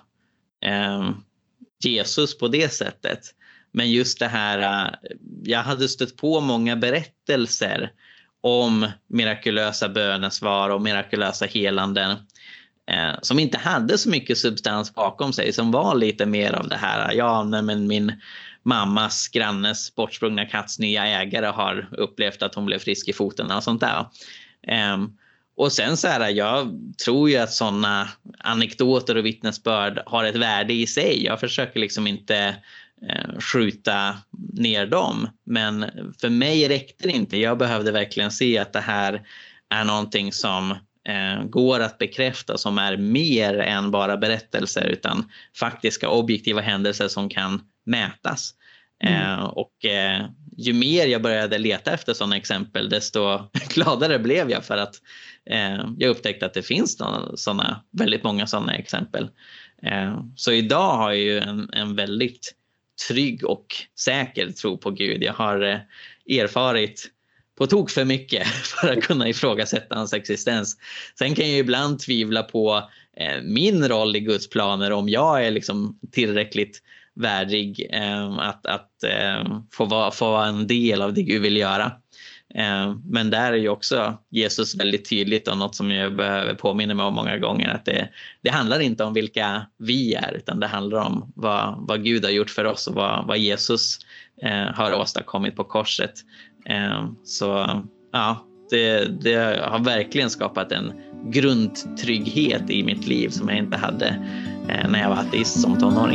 Speaker 3: Jesus på det sättet. Men just det här, jag hade stött på många berättelser om mirakulösa bönesvar och mirakulösa helanden som inte hade så mycket substans bakom sig, som var lite mer av det här, men min mammas grannes bortsprungna katts nya ägare har upplevt att hon blev frisk i foten och sånt där. Och sen så här, jag tror ju att sådana anekdoter och vittnesbörd har ett värde i sig. Jag försöker liksom inte skjuta ner dem, men för mig räckte det inte. Jag behövde verkligen se att det här är någonting som går att bekräfta, som är mer än bara berättelser, utan faktiska objektiva händelser som kan mätas. Och ju mer jag började leta efter sådana exempel, desto gladare blev jag, för att jag upptäckte att det finns väldigt många sådana exempel. Så idag har jag ju en väldigt trygg och säker tro på Gud. Jag har erfarit på tok för mycket för att kunna ifrågasätta hans existens. Sen kan jag ibland tvivla på min roll i Guds planer, om jag är liksom tillräckligt värdig att få vara en del av det Gud vill göra. Men där är ju också Jesus väldigt tydligt, och något som jag behöver påminna mig om många gånger, att det handlar inte om vilka vi är, utan det handlar om vad Gud har gjort för oss och vad Jesus har åstadkommit på korset. Så ja, det har verkligen skapat en grundtrygghet i mitt liv som jag inte hade när jag var ateist som tonåring.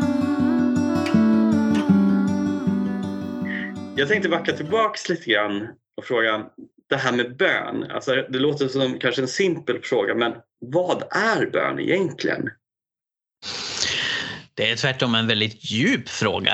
Speaker 4: Jag tänkte backa tillbaks lite grann och fråga det här med bön. Alltså, det låter som kanske en simpel fråga, men vad är bön egentligen?
Speaker 3: Det är tvärtom en väldigt djup fråga.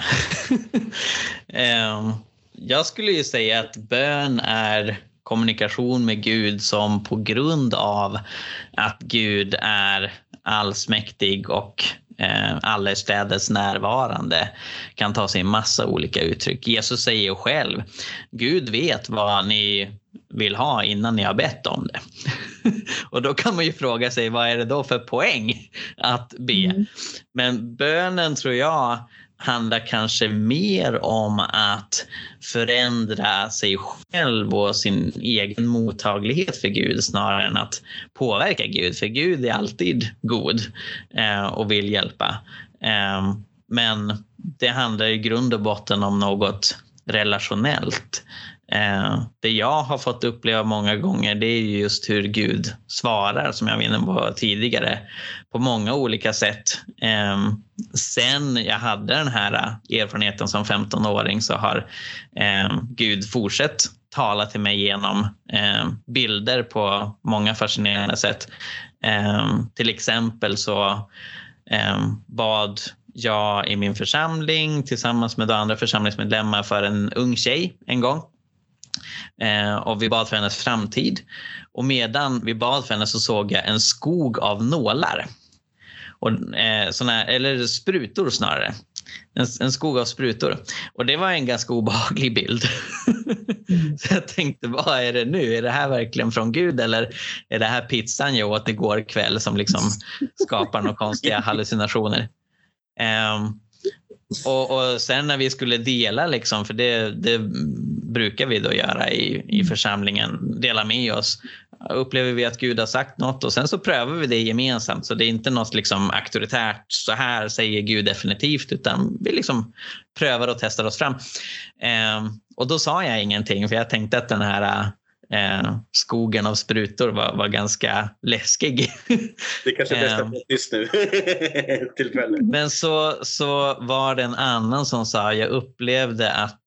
Speaker 3: Jag skulle ju säga att bön är kommunikation med Gud som, på grund av att Gud är allsmäktig och allestädes närvarande, kan ta sig en massa olika uttryck. Jesus säger ju själv, Gud vet vad ni vill ha innan ni har bett om det. Och då kan man ju fråga sig, vad är det då för poäng att be? Men bönen, tror jag, handlar kanske mer om att förändra sig själv och sin egen mottaglighet för Gud, snarare än att påverka Gud. För Gud är alltid god och vill hjälpa. Men det handlar i grund och botten om något relationellt. Det jag har fått uppleva många gånger, det är just hur Gud svarar, som jag var inne på tidigare, på många olika sätt. Sen jag hade den här erfarenheten som 15-åring så har Gud fortsatt tala till mig genom bilder på många fascinerande sätt. Till exempel så bad jag i min församling tillsammans med andra församlingsmedlemmar för en ung tjej en gång. Och vi bad för hennes framtid. Och medan vi bad för henne så såg jag en skog av nålar. Och, eller sprutor snarare. En skog av sprutor. Och det var en ganska obehaglig bild. Så jag tänkte, vad är det nu? Är det här verkligen från Gud? Eller är det här pizzan jag åt igår kväll som liksom skapar några konstiga hallucinationer? Och sen när vi skulle dela liksom, för det brukar vi då göra i församlingen, dela med oss, upplever vi att Gud har sagt något och sen så prövar vi det gemensamt, så det är inte något liksom auktoritärt, så här säger Gud definitivt, utan vi liksom prövar och testar oss fram. Och då sa jag ingenting, för jag tänkte att den här skogen av sprutor var ganska läskig.
Speaker 4: Det är kanske bäst att vara tyst nu. Tillfälle.
Speaker 3: Men så var det en annan som sa, jag upplevde att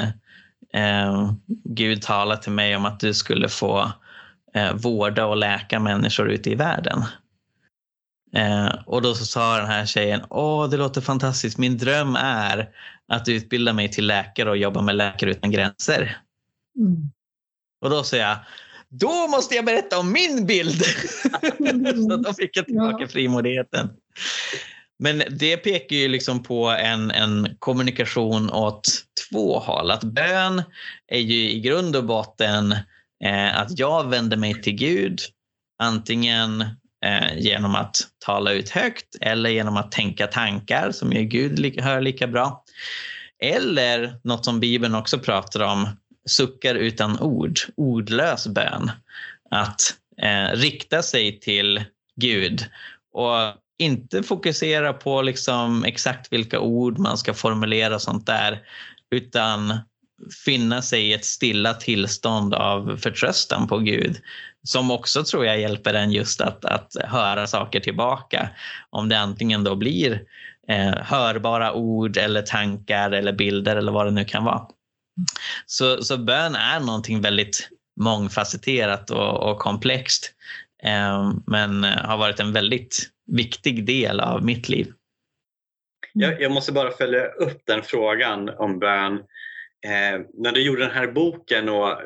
Speaker 3: Gud talade till mig om att du skulle få vårda och läka människor ute i världen. Och då så sa den här tjejen, det låter fantastiskt, min dröm är att utbilda mig till läkare och jobba med Läkare utan gränser. Och då sa jag, då måste jag berätta om min bild. Så då fick jag tillbaka frimodigheten. Men det pekar ju liksom på en kommunikation åt två håll. Att bön är ju i grund och botten att jag vänder mig till Gud, antingen genom att tala ut högt eller genom att tänka tankar som ju Gud hör lika bra. Eller något som Bibeln också pratar om, suckar utan ord, ordlös bön. Att rikta sig till Gud och inte fokusera på liksom exakt vilka ord man ska formulera och sånt där, utan finna sig i ett stilla tillstånd av förtröstan på Gud, som också tror jag hjälper en just att höra saker tillbaka, om det antingen då blir hörbara ord eller tankar eller bilder eller vad det nu kan vara. Så bön är någonting väldigt mångfacetterat och komplext, men har varit en väldigt viktig del av mitt liv.
Speaker 4: Jag måste bara följa upp den frågan om bön. När du gjorde den här boken och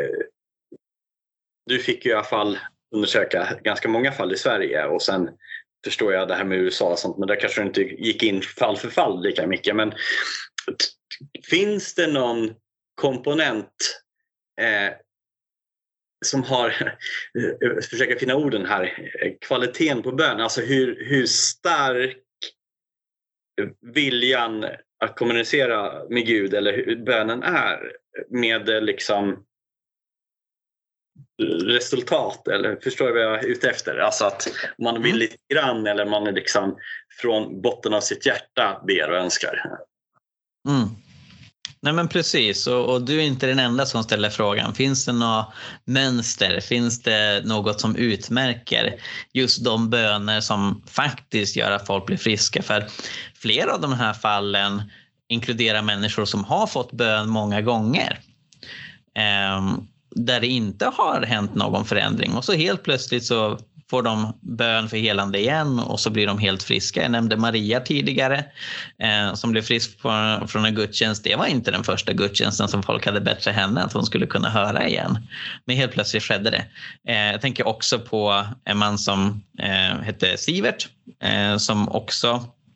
Speaker 4: du fick ju i alla fall undersöka ganska många fall i Sverige, och sen förstår jag det här med USA och sånt, men där kanske du inte gick in fall för fall lika mycket. Men finns det någon komponent som har, försöka finna orden här, kvaliteten på bön, alltså hur stark viljan att kommunicera med Gud eller hur bönen är med liksom resultat, eller förstår jag vad jag är ute efter? Alltså att man vill lite grann, eller man är liksom från botten av sitt hjärta ber och önskar.
Speaker 3: Nej men precis, och du är inte den enda som ställer frågan. Finns det något mönster? Finns det något som utmärker just de böner som faktiskt gör att folk blir friska? För flera av de här fallen inkluderar människor som har fått bön många gånger, där det inte har hänt någon förändring, och så helt plötsligt så får de bön för helande igen och så blir de helt friska. Jag nämnde Maria tidigare som blev frisk från en gudstjänst. Det var inte den första gudstjänsten som folk hade bett för henne att hon skulle kunna höra igen. Men helt plötsligt skedde det. Jag tänker också på en man som hette Sivert som också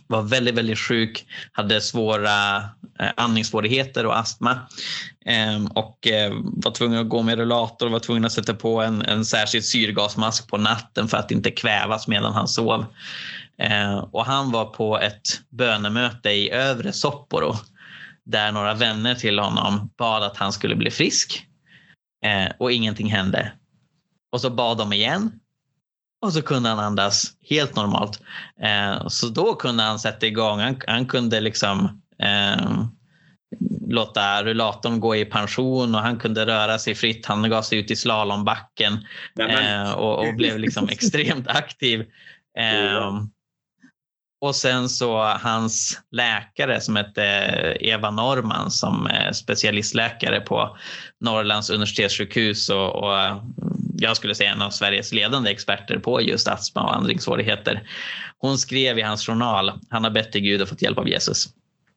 Speaker 3: var väldigt, väldigt sjuk, hade svåra andningssvårigheter och astma och var tvungen att gå med rullator och var tvungen att sätta på en särskild syrgasmask på natten för att inte kvävas medan han sov. Och han var på ett bönemöte i Övre Sapporo där några vänner till honom bad att han skulle bli frisk och ingenting hände. Och så bad de igen och så kunde han andas helt normalt. Så då kunde han sätta igång. Han kunde liksom låta rullatorn gå i pension och han kunde röra sig fritt. Han gav sig ut i slalombacken och blev liksom extremt aktiv. Och sen så hans läkare som hette Eva Norman som är specialistläkare på Norrlands universitetssjukhus och jag skulle säga en av Sveriges ledande experter på just astma och andningssvårigheter. Hon skrev i hans journal, han har bett till Gud och fått hjälp av Jesus.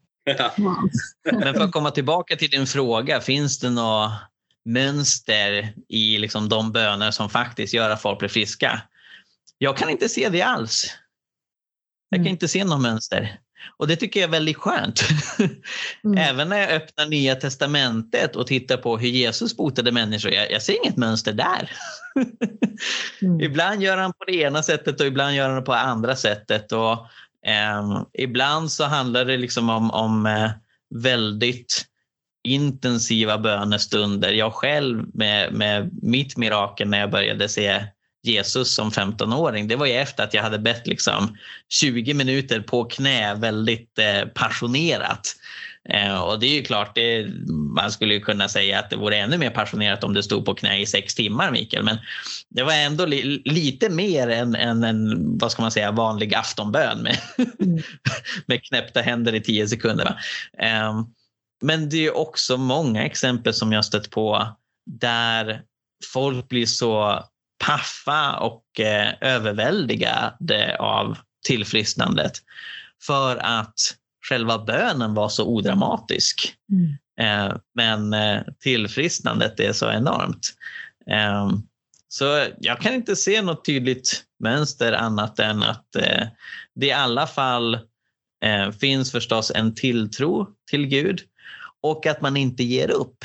Speaker 3: Men för att komma tillbaka till din fråga, finns det något mönster i liksom de böner som faktiskt gör att folk blir friska? Jag kan inte se det alls. Jag kan inte se något mönster. Och det tycker jag är väldigt skönt. Även när jag öppnar Nya testamentet och tittar på hur Jesus botade människor. Jag ser inget mönster där. Ibland gör han på det ena sättet och ibland gör han på det andra sättet. Och ibland så handlar det liksom om väldigt intensiva bönestunder. Jag själv med mitt mirakel när jag började se Jesus som 15-åring, det var ju efter att jag hade bett liksom 20 minuter på knä väldigt passionerat. Och det är ju klart, man skulle ju kunna säga att det vore ännu mer passionerat om det stod på knä i 6 timmar, Mikael. Men det var ändå lite mer än en, vad ska man säga, vanlig aftonbön med knäppta händer i 10 sekunder. Va? Men det är också många exempel som jag stött på där folk blir så paffa och överväldigade av tillfrisknandet för att själva bönen var så odramatisk. Men tillfrisknandet är så enormt. Så jag kan inte se något tydligt mönster annat än att det i alla fall finns förstås en tilltro till Gud och att man inte ger upp.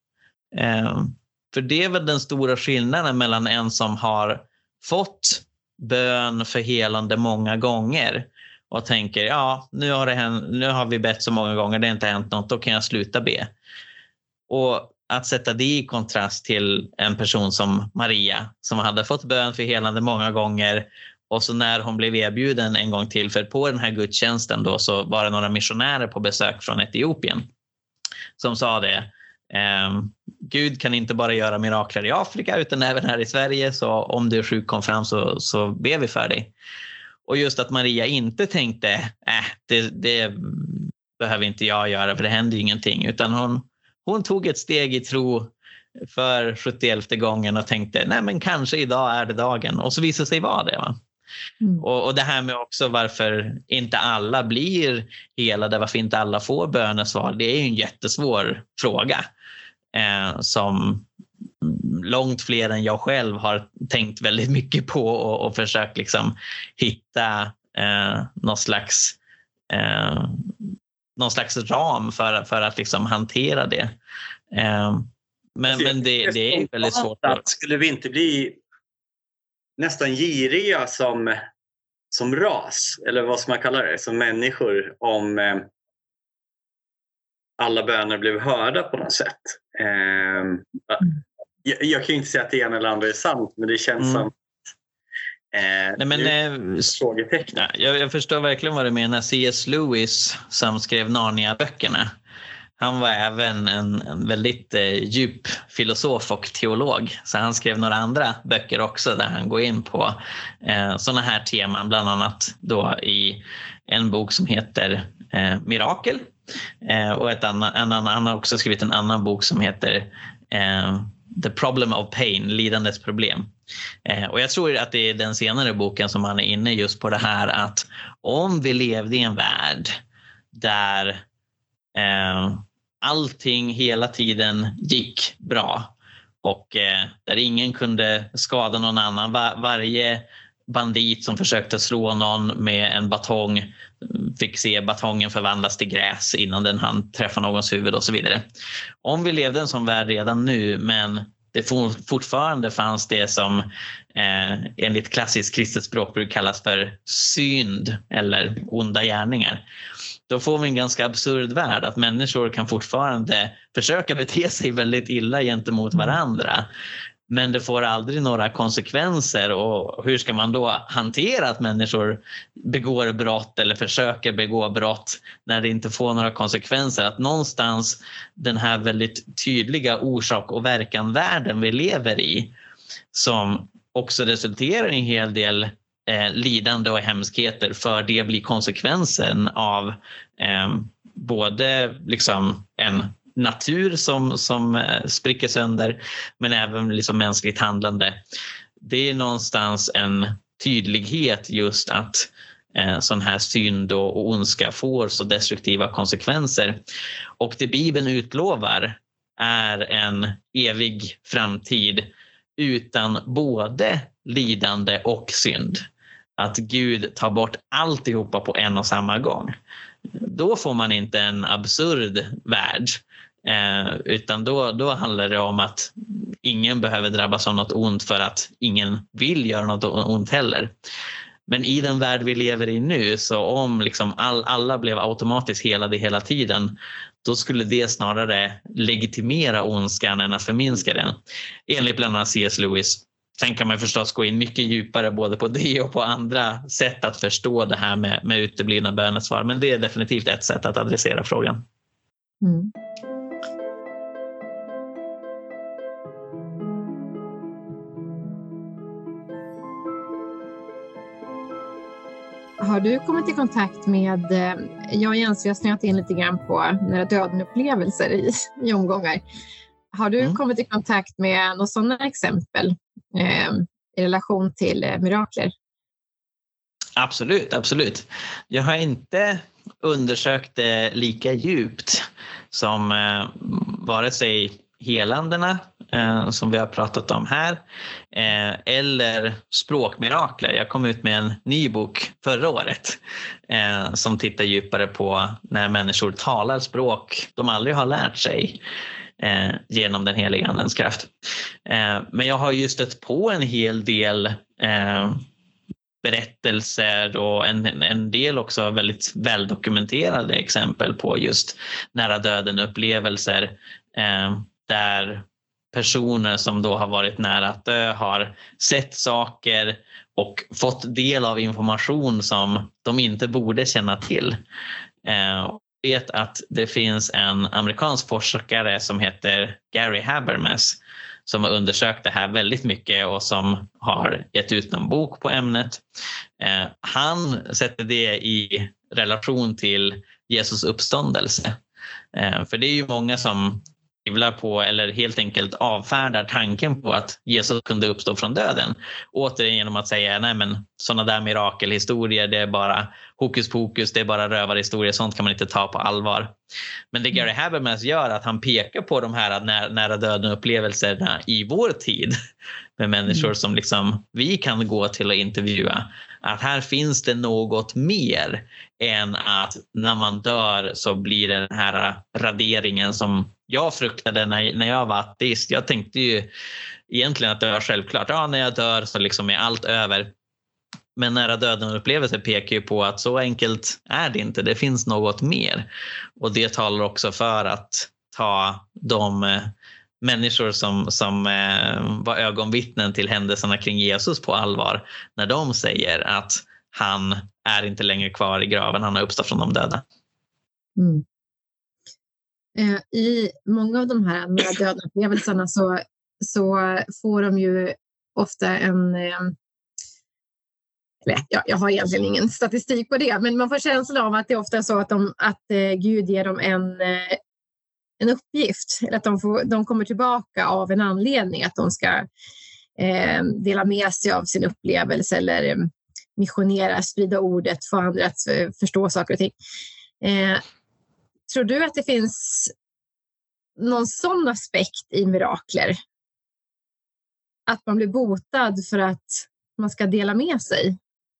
Speaker 3: För det är väl den stora skillnaden mellan en som har fått bön för helande många gånger och tänker, ja, nu har vi bett så många gånger, det har inte hänt något, då kan jag sluta be. Och att sätta det i kontrast till en person som Maria som hade fått bön för helande många gånger och så när hon blev erbjuden en gång till, för på den här gudstjänsten då så var det några missionärer på besök från Etiopien som sa det. Gud kan inte bara göra mirakler i Afrika utan även här i Sverige, så om du är sjuk kom fram så ber vi för dig. Och just att Maria inte tänkte det behöver inte jag göra för det händer ju ingenting, utan hon tog ett steg i tro för 71:e gången och tänkte nej men kanske idag är det dagen, och så visade sig vara det, va? Och det här med också varför inte alla blir helade, varför inte alla får bönesvar, det är ju en jättesvår fråga som långt fler än jag själv har tänkt väldigt mycket på och försökt liksom hitta någon slags ram för att liksom hantera det. Men det är väldigt svårt.
Speaker 4: Skulle vi inte bli nästan giriga som ras, eller vad ska man kalla det, som människor, om alla böner blev hörda på något sätt? Jag kan ju inte säga att det ena eller andra är sant, men det känns som frågetecken.
Speaker 3: Jag förstår verkligen vad du menar. C.S. Lewis som skrev Narnia-böckerna, han var även en väldigt djup filosof och teolog. Så han skrev några andra böcker också där han går in på sådana här teman. Bland annat då i en bok som heter Mirakel. Och han har också skrivit en annan bok som heter The Problem of Pain, lidandets problem. Och jag tror att det är den senare boken som han är inne just på det här att om vi levde i en värld där allting hela tiden gick bra och där ingen kunde skada någon annan, varje bandit som försökte slå någon med en batong fick se batongen förvandlas till gräs innan den hann träffa någons huvud och så vidare. Om vi levde en sån värld redan nu, men det fortfarande fanns det som enligt klassiskt kristet språkbruk kallas för synd eller onda gärningar, då får vi en ganska absurd värld att människor kan fortfarande försöka bete sig väldigt illa gentemot varandra. Men det får aldrig några konsekvenser, och hur ska man då hantera att människor begår brott eller försöker begå brott när det inte får några konsekvenser? Att någonstans den här väldigt tydliga orsak- och verkan-världen vi lever i, som också resulterar i en hel del lidande och hemskheter, för det blir konsekvensen av både liksom en natur som spricker sönder, men även liksom mänskligt handlande. Det är någonstans en tydlighet just att sån här synd och ondska får så destruktiva konsekvenser. Och det Bibeln utlovar är en evig framtid utan både lidande och synd. Att Gud tar bort alltihopa på en och samma gång. Då får man inte en absurd värld, utan då handlar det om att ingen behöver drabbas av något ont för att ingen vill göra något ont heller. Men i den värld vi lever i nu, så om liksom alla blev automatiskt helade hela tiden, då skulle det snarare legitimera ondskan än att förminska den, enligt bland annat C.S. Lewis. Sen kan man förstås gå in mycket djupare både på det och på andra sätt att förstå det här med uteblivna bönesvar. Men det är definitivt ett sätt att adressera frågan.
Speaker 2: Mm. Har du kommit i kontakt med, jag och Jens, vi har snöat in lite grann på nära döden-upplevelser i omgångar. Har du kommit i kontakt med några sådana exempel i relation till mirakler?
Speaker 3: Absolut. Jag har inte undersökt det lika djupt som vare sig helandena som vi har pratat om här eller språkmirakler. Jag kom ut med en ny bok förra året som tittar djupare på när människor talar språk de aldrig har lärt sig genom den heliga andens kraft. Men jag har just stött på en hel del berättelser och en del också väldigt väldokumenterade exempel på just nära döden upplevelser där personer som då har varit nära att dö har sett saker och fått del av information som de inte borde känna till. Jag vet att det finns en amerikansk forskare som heter Gary Habermas som har undersökt det här väldigt mycket och som har gett ut en bok på ämnet. Han sätter det i relation till Jesus uppståndelse. För det är ju många som tvivlar på eller helt enkelt avfärdar tanken på att Jesus kunde uppstå från döden. Återigen genom att säga nej, men sådana där mirakelhistorier, det är bara hokus pokus, det är bara rövarhistorier, sånt kan man inte ta på allvar. Men det Gary Habermas gör att han pekar på de här nära döden upplevelserna i vår tid med människor som liksom vi kan gå till och intervjua. Att här finns det något mer än att när man dör så blir det den här raderingen som jag fruktade när jag var ateist. Jag tänkte ju egentligen att det var självklart. Ja, när jag dör så liksom är allt över. Men nära döden-upplevelser pekar ju på att så enkelt är det inte. Det finns något mer. Och det talar också för att ta de människor som var ögonvittnen till händelserna kring Jesus på allvar när de säger att han är inte längre kvar i graven, han har uppstått från de döda.
Speaker 2: Mm. I många av de här nära döden-upplevelserna så får de ju ofta jag har egentligen ingen statistik på det, men man får känslan av att det är ofta så att Gud ger dem en uppgift, eller att de kommer tillbaka av en anledning, att de ska dela med sig av sin upplevelse eller missionera, sprida ordet, få andra att förstå saker och ting. Tror du att det finns någon sån aspekt i mirakler? Att man blir botad för att man ska dela med sig?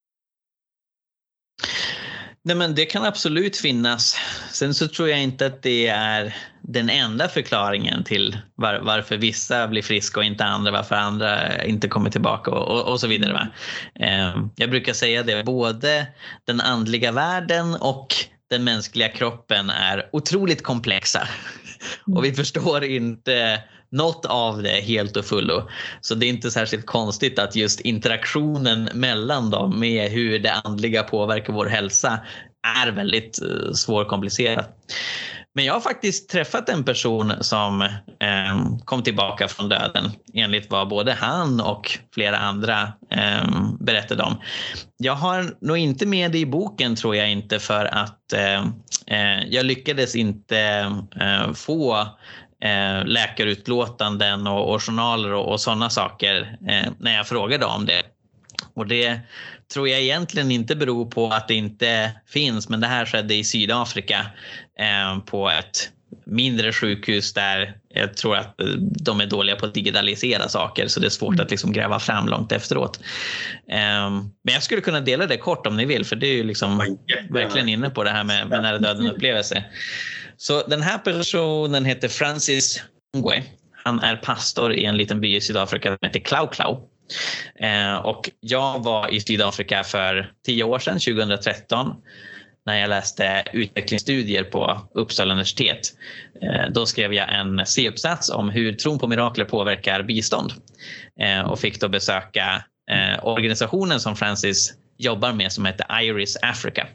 Speaker 3: Nej, men det kan absolut finnas. Sen så tror jag inte att det är den enda förklaringen till varför vissa blir friska och inte andra, varför andra inte kommer tillbaka och så vidare. Va? Jag brukar säga det, både den andliga världen och den mänskliga kroppen är otroligt komplexa. Och vi förstår inte något av det helt och fullo. Så det är inte särskilt konstigt att just interaktionen mellan dem med hur det andliga påverkar vår hälsa är väldigt svårkomplicerat. Men jag har faktiskt träffat en person som kom tillbaka från döden, enligt vad både han och flera andra berättade om. Jag har nog inte med det i boken, tror jag inte, för att jag lyckades inte få läkarutlåtanden och journaler och sådana saker när jag frågade om det. Och det tror jag egentligen inte beror på att det inte finns, men det här skedde i Sydafrika på ett mindre sjukhus där jag tror att de är dåliga på att digitalisera saker, så det är svårt att liksom gräva fram långt efteråt. Men jag skulle kunna dela det kort om ni vill, för det är ju liksom verkligen inne på det här med nära döden upplevelse. Så den här personen heter Francis Ngwe. Han är pastor i en liten by i Sydafrika som heter Klau Klau. Och jag var i Sydafrika för 10 år sedan, 2013, när jag läste utvecklingsstudier på Uppsala universitet. Då skrev jag en C-uppsats om hur tron på mirakler påverkar bistånd, och fick då besöka organisationen som Francis jobbar med, som heter Iris Africa.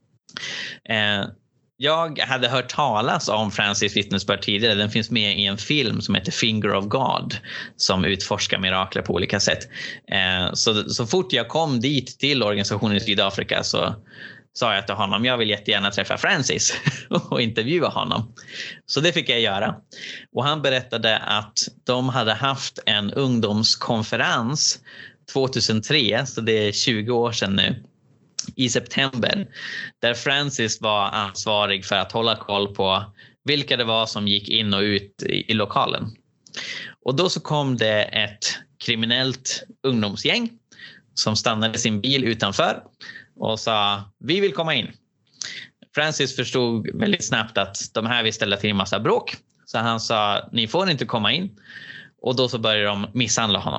Speaker 3: Jag hade hört talas om Francis vittnesbörd tidigare. Den finns med i en film som heter Finger of God, som utforskar mirakler på olika sätt. Så fort jag kom dit till organisationen i Sydafrika så sa jag till honom, jag vill jättegärna träffa Francis och intervjua honom. Så det fick jag göra. Och han berättade att de hade haft en ungdomskonferens 2003, så det är 20 år sedan nu, i september, där Francis var ansvarig för att hålla koll på vilka det var som gick in och ut i lokalen. Och då så kom det ett kriminellt ungdomsgäng som stannade sin bil utanför och sa, vi vill komma in. Francis förstod väldigt snabbt att de här vill ställa till en massa bråk, så han sa, ni får inte komma in. Och då så började de misshandla honom.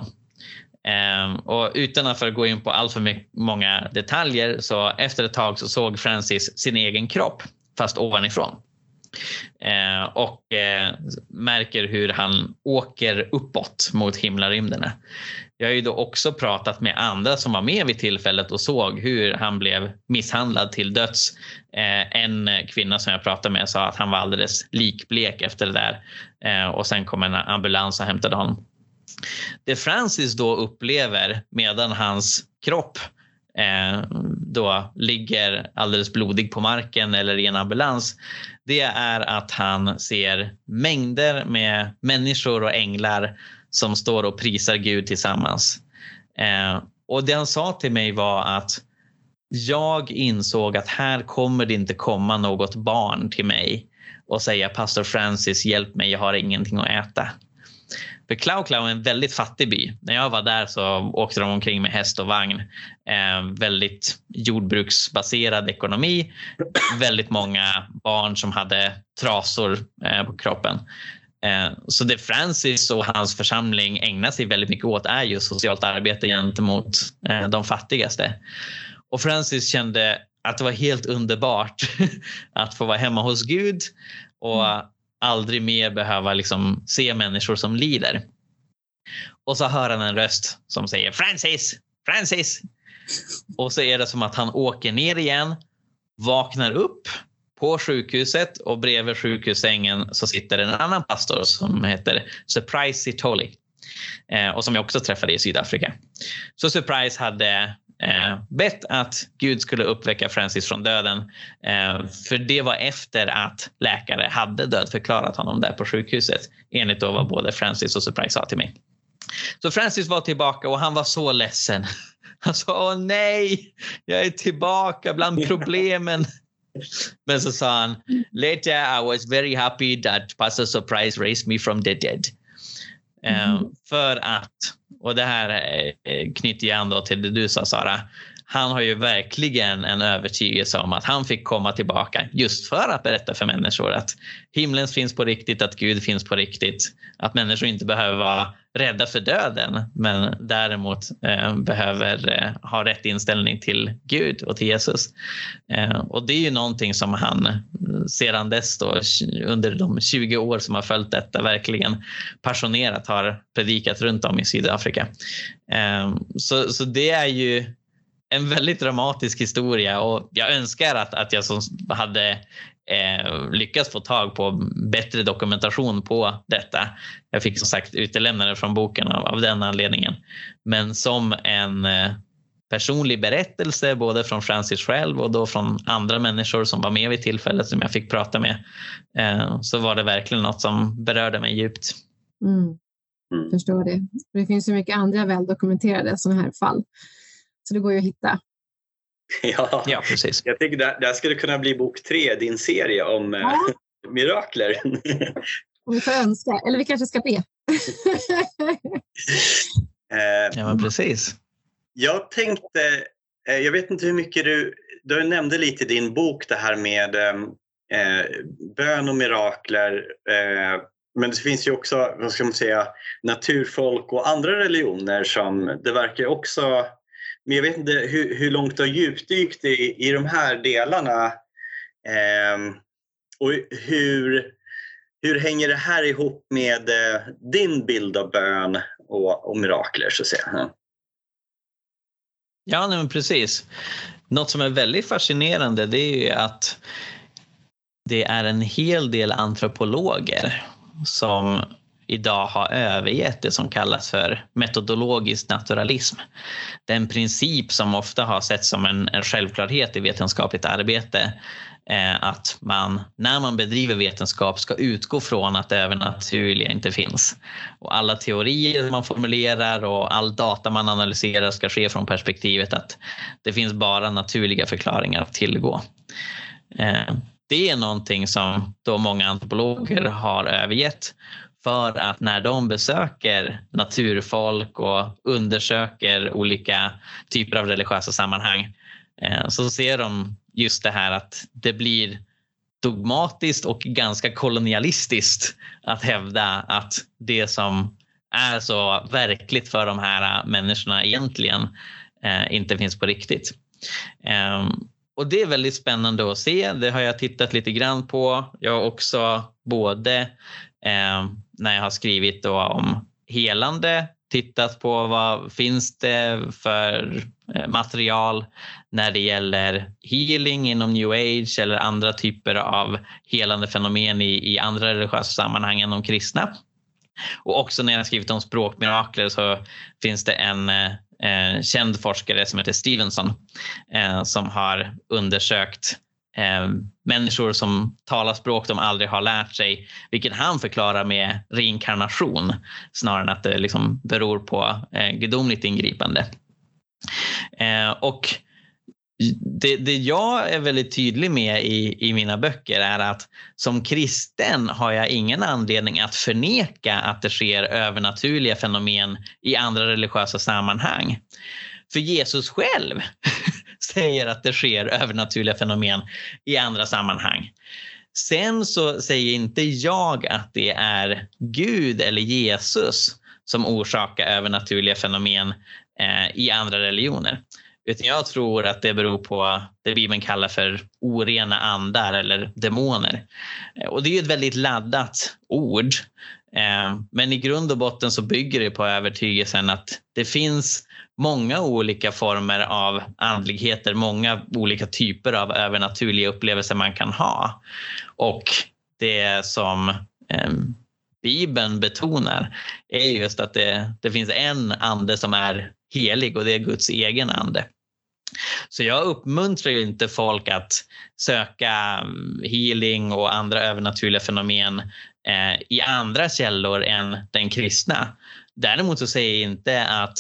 Speaker 3: Och utan att gå in på allt för många detaljer, så efter ett tag så såg Francis sin egen kropp fast ovanifrån. Och märker hur han åker uppåt mot himlarymderna. Jag har ju då också pratat med andra som var med vid tillfället och såg hur han blev misshandlad till döds. En kvinna som jag pratade med sa att han var alldeles likblek efter det där. Och sen kom en ambulans och hämtade honom. Det Francis då upplever medan hans kropp då ligger alldeles blodig på marken eller i en ambulans, det är att han ser mängder med människor och änglar som står och prisar Gud tillsammans. Och det han sa till mig var att jag insåg att här kommer det inte komma något barn till mig och säga, pastor Francis, hjälp mig, jag har ingenting att äta. För Klau Klau är en väldigt fattig by. När jag var där så åkte de omkring med häst och vagn. Väldigt jordbruksbaserad ekonomi. Väldigt många barn som hade trasor på kroppen. Så det Francis och hans församling ägnar sig väldigt mycket åt är ju socialt arbete gentemot de fattigaste. Och Francis kände att det var helt underbart att få vara hemma hos Gud och aldrig mer behöva liksom se människor som lider. Och så hör han en röst som säger, Francis, Francis. Och så är det som att han åker ner igen, vaknar upp på sjukhuset, och bredvid sjukhussängen så sitter en annan pastor som heter Surprise Sithole, och som jag också träffade i Sydafrika. Så Surprise hade bett att Gud skulle uppväcka Francis från döden, för det var efter att läkare hade dödförklarat honom där på sjukhuset, enligt då vad både Francis och Surprise sa till mig. Så Francis var tillbaka och han var så ledsen. Han sa, åh nej, jag är tillbaka bland problemen. Men så sa han, later I was very happy that Pastor Surprise raised me from the dead. För att, och det här knyter jag an då till det du sa, Sara, han har ju verkligen en övertygelse om att han fick komma tillbaka just för att berätta för människor att himlen finns på riktigt, att Gud finns på riktigt, att människor inte behöver vara rädda för döden, men däremot behöver ha rätt inställning till Gud och till Jesus. Och det är ju någonting som han sedan dess då, under de 20 år som har följt detta, verkligen passionerat har predikat runt om i Sydafrika. Så det är ju en väldigt dramatisk historia, och jag önskar att jag som hade lyckats få tag på bättre dokumentation på detta. Jag fick som sagt utelämna det från boken av den anledningen. Men som en personlig berättelse både från Francis själv och då från andra människor som var med vid tillfället som jag fick prata med, så var det verkligen något som berörde mig djupt.
Speaker 2: Förstår det. Det finns ju mycket andra väldokumenterade sådana här fall. Så det går ju att hitta.
Speaker 3: Ja, precis.
Speaker 4: Jag tycker det här skulle kunna bli bok 3, din serie om mirakler.
Speaker 2: Om vi får önska. Eller vi kanske ska be.
Speaker 3: Ja, men precis.
Speaker 4: Jag tänkte, jag vet inte hur mycket du nämnde lite i din bok det här med bön och mirakler. Men det finns ju också, vad ska man säga, naturfolk och andra religioner som det verkar också. Men jag vet inte hur långt du har djupdykt i de här delarna. Och hur hänger det här ihop med din bild av bön och mirakler, så att säga?
Speaker 3: Ja, men precis. Något som är väldigt fascinerande, det är ju att det är en hel del antropologer som idag har övergett det som kallas för metodologisk naturalism. Den princip som ofta har sett som en självklarhet i vetenskapligt arbete, att man när man bedriver vetenskap ska utgå från att det övernaturliga inte finns. Och alla teorier man formulerar och all data man analyserar ska ske från perspektivet att det finns bara naturliga förklaringar att tillgå. Det är någonting som då många antropologer har övergett, för att när de besöker naturfolk och undersöker olika typer av religiösa sammanhang, så ser de just det här att det blir dogmatiskt och ganska kolonialistiskt att hävda att det som är så verkligt för de här människorna egentligen inte finns på riktigt. Och det är väldigt spännande att se. Det har jag tittat lite grann på. Jag har också både när jag har skrivit då om helande tittat på vad finns det för material när det gäller healing inom New Age eller andra typer av helande fenomen i andra religiösa sammanhang än de kristna. Och också när jag har skrivit om språkmirakler så finns det en känd forskare som heter Stevenson som har undersökt människor som talar språk de aldrig har lärt sig, vilket han förklarar med reinkarnation snarare än att det liksom beror på gudomligt ingripande. Och det jag är väldigt tydlig med i mina böcker är att som kristen har jag ingen anledning att förneka att det sker övernaturliga fenomen i andra religiösa sammanhang. För Jesus själv säger att det sker övernaturliga fenomen i andra sammanhang. Sen så säger inte jag att det är Gud eller Jesus som orsakar övernaturliga fenomen i andra religioner. Utan jag tror att det beror på det Bibeln kallar för orena andar eller demoner. Och det är ju ett väldigt laddat ord. Men i grund och botten så bygger det på övertygelsen att det finns många olika former av andligheter, många olika typer av övernaturliga upplevelser man kan ha. Och det som Bibeln betonar är just att det finns en ande som är helig och det är Guds egen ande. Så jag uppmuntrar ju inte folk att söka healing och andra övernaturliga fenomen i andra källor än den kristna. Däremot så säger jag inte att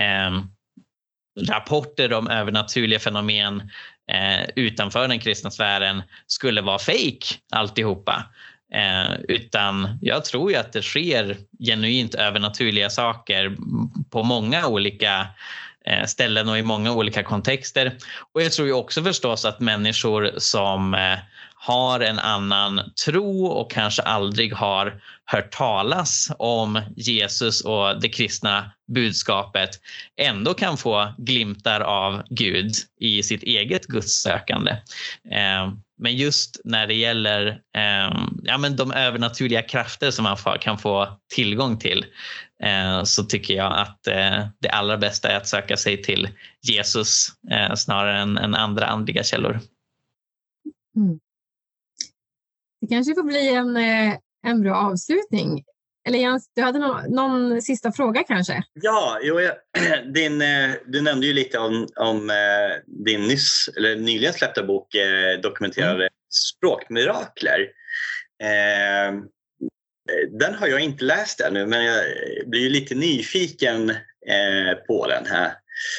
Speaker 3: rapporter om övernaturliga fenomen utanför den kristna sfären skulle vara fake alltihopa. Utan jag tror ju att det sker genuint övernaturliga saker på många olika ställen och i många olika kontexter. Och jag tror ju också förstås att människor som har en annan tro och kanske aldrig har hört talas om Jesus och det kristna budskapet ändå kan få glimtar av Gud i sitt eget gudssökande. Men just när det gäller de övernaturliga krafter som man kan få tillgång till, så tycker jag att det allra bästa är att söka sig till Jesus snarare än andra andliga källor.
Speaker 2: Mm. Det kanske får bli en bra avslutning. Eller Jens, du hade någon sista fråga kanske?
Speaker 4: Ja, du nämnde ju lite om din nyligen släppta bok Dokumenterade språkmirakler. Den har jag inte läst ännu, men jag blir ju lite nyfiken på den här.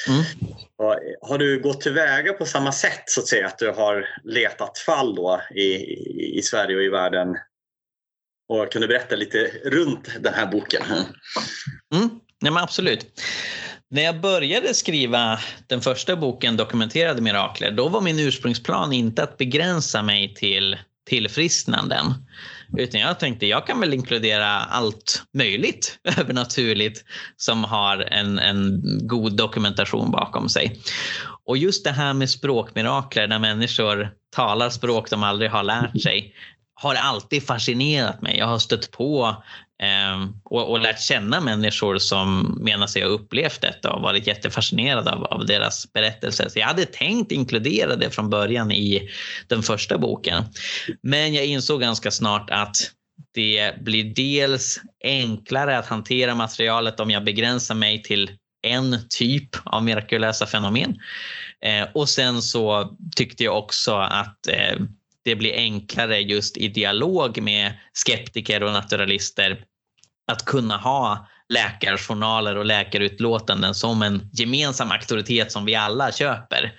Speaker 4: Har du gått tillväga på samma sätt, så att säga, att du har letat fall då i Sverige och i världen? Och kan du berätta lite runt den här boken?
Speaker 3: Nej, men absolut. När jag började skriva den första boken Dokumenterade mirakler, då var min ursprungsplan inte att begränsa mig till tillfrisknanden. Utan jag tänkte jag kan väl inkludera allt möjligt övernaturligt som har en god dokumentation bakom sig. Och just det här med språkmirakler, när människor talar språk de aldrig har lärt sig, har alltid fascinerat mig. Jag har stött på och lärt känna människor som menar sig ha upplevt detta och varit jättefascinerade av deras berättelser. Så jag hade tänkt inkludera det från början i den första boken. Men jag insåg ganska snart att det blir dels enklare att hantera materialet om jag begränsar mig till en typ av mirakulösa fenomen. Och sen så tyckte jag också att det blir enklare just i dialog med skeptiker och naturalister att kunna ha läkarjournaler och läkarutlåtanden som en gemensam auktoritet som vi alla köper.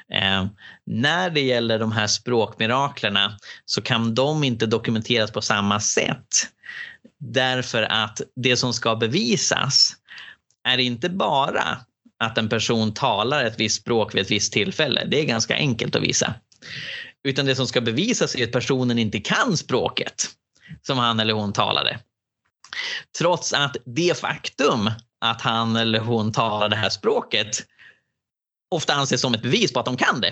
Speaker 3: När det gäller de här språkmiraklerna så kan de inte dokumenteras på samma sätt. Därför att det som ska bevisas är inte bara att en person talar ett visst språk vid ett visst tillfälle. Det är ganska enkelt att visa. Utan det som ska bevisas är att personen inte kan språket som han eller hon talade. Trots att det faktum att han eller hon talar det här språket ofta anses som ett bevis på att de kan det.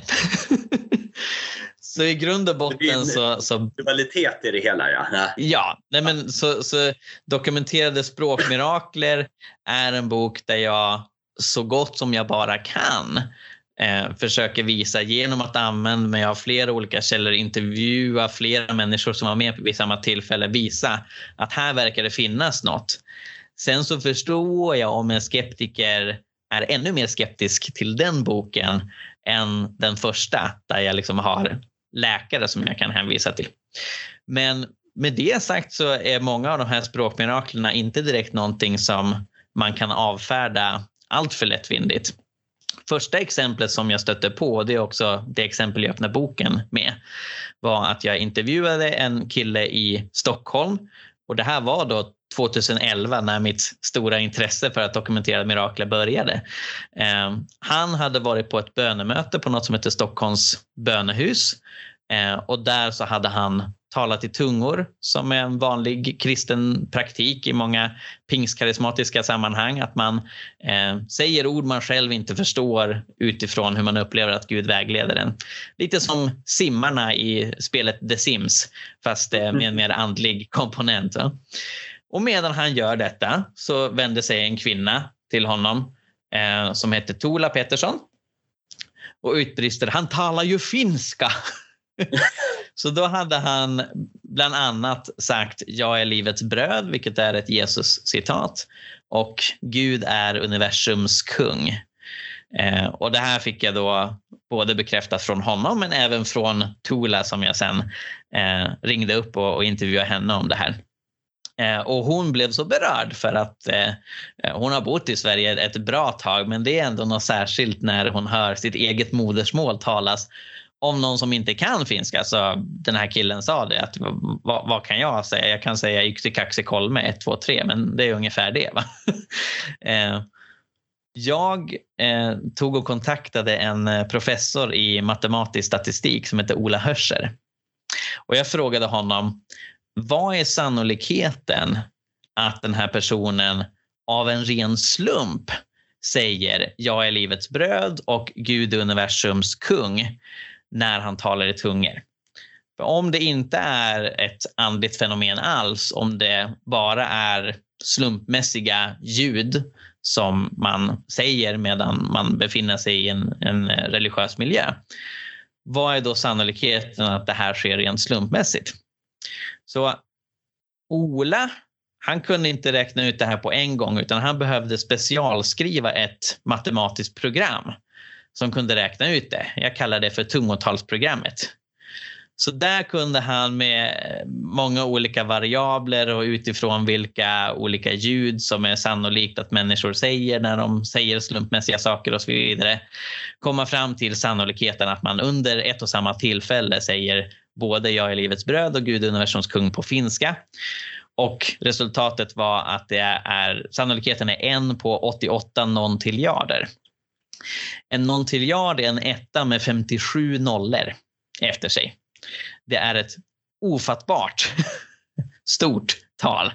Speaker 3: Så i grund och botten så
Speaker 4: dualitet i det hela, ja.
Speaker 3: Ja, nej men så Dokumenterade språkmirakler är en bok där jag så gott som jag bara kan försöker visa genom att använda mig av flera olika källor, intervjua flera människor som var med vid samma tillfälle, visa att här verkar det finnas något. Sen så förstår jag om en skeptiker är ännu mer skeptisk till den boken än den första, där jag liksom har läkare som jag kan hänvisa till. Men med det sagt så är många av de här språkmiraklerna inte direkt någonting som man kan avfärda allt för lättvindigt. Första exemplet som jag stötte på, det är också det exempel jag öppnar boken med, var att jag intervjuade en kille i Stockholm, och det här var då 2011 när mitt stora intresse för att dokumentera mirakler började. Han hade varit på ett bönemöte på något som heter Stockholms bönehus, och där så hade han talat i tungor som är en vanlig kristen praktik i många pingstkarismatiska sammanhang, att man säger ord man själv inte förstår utifrån hur man upplever att Gud vägleder en. Lite som simmarna i spelet The Sims, fast med en mer andlig komponent. Va? Och medan han gör detta så vänder sig en kvinna till honom som heter Tola Pettersson och utbrister: han talar ju finska! Så då hade han bland annat sagt: jag är livets bröd, vilket är ett Jesus-citat, och Gud är universums kung. Och det här fick jag då både bekräftat från honom men även från Tola, som jag sen ringde upp och intervjuade henne om det här. Och hon blev så berörd för att hon har bott i Sverige ett bra tag, men det är ändå något särskilt när hon hör sitt eget modersmål talas om någon som inte kan finska, så den här killen sa det, att vad kan jag säga? Jag kan säga yksi kaksi kolme 1 2 3, men det är ungefär det, va? Jag tog och kontaktade en professor i matematisk statistik som heter Ola Hörscher. Och jag frågade honom, vad är sannolikheten att den här personen av en ren slump säger jag är livets bröd och Gud är universums kung när han talar i tungor? För om det inte är ett andligt fenomen alls, om det bara är slumpmässiga ljud som man säger medan man befinner sig i en religiös miljö, vad är då sannolikheten att det här sker rent slumpmässigt? Så Ola, han kunde inte räkna ut det här på en gång, utan han behövde specialskriva ett matematiskt program som kunde räkna ut det. Jag kallar det för tungotalsprogrammet. Så där kunde han med många olika variabler och utifrån vilka olika ljud som är sannolikt att människor säger när de säger slumpmässiga saker och så vidare, komma fram till sannolikheten att man under ett och samma tillfälle säger både jag är livets bröd och Gud är universums kung på finska. Och resultatet var att sannolikheten är 1 på 88 nontiljarder. En nontiljard är en etta med 57 nollor efter sig. Det är ett ofattbart stort tal.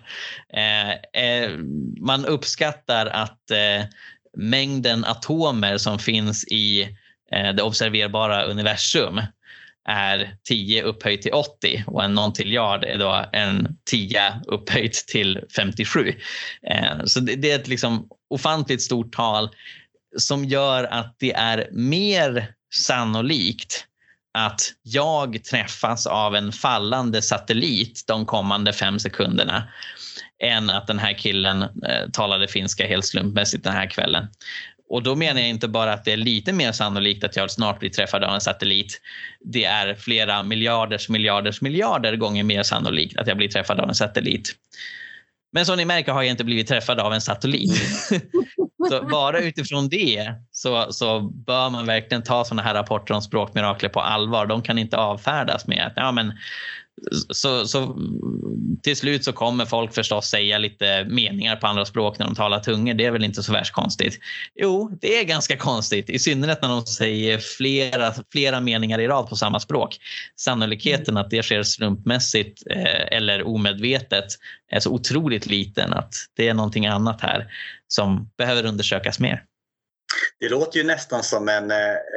Speaker 3: Man uppskattar att mängden atomer som finns i det observerbara universum är 10 upphöjt till 80 och en nontiljard är då en 10 upphöjt till 57. Så det är ett liksom ofantligt stort tal som gör att det är mer sannolikt att jag träffas av en fallande satellit de kommande 5 sekunderna än att den här killen talade finska helt slumpmässigt den här kvällen. Och då menar jag inte bara att det är lite mer sannolikt att jag snart blir träffad av en satellit. Det är flera miljarder gånger mer sannolikt att jag blir träffad av en satellit. Men som ni märker har jag inte blivit träffad av en satellit. Så bara utifrån det så bör man verkligen ta sådana här rapporter om språkmirakler på allvar. De kan inte avfärdas med att så till slut så kommer folk förstås säga lite meningar på andra språk när de talar tungor. Det är väl inte så värst konstigt. Jo, det är ganska konstigt. I synnerhet när de säger flera meningar i rad på samma språk. Sannolikheten att det sker slumpmässigt eller omedvetet är så otroligt liten att det är någonting annat här som behöver undersökas mer.
Speaker 4: Det låter ju nästan som en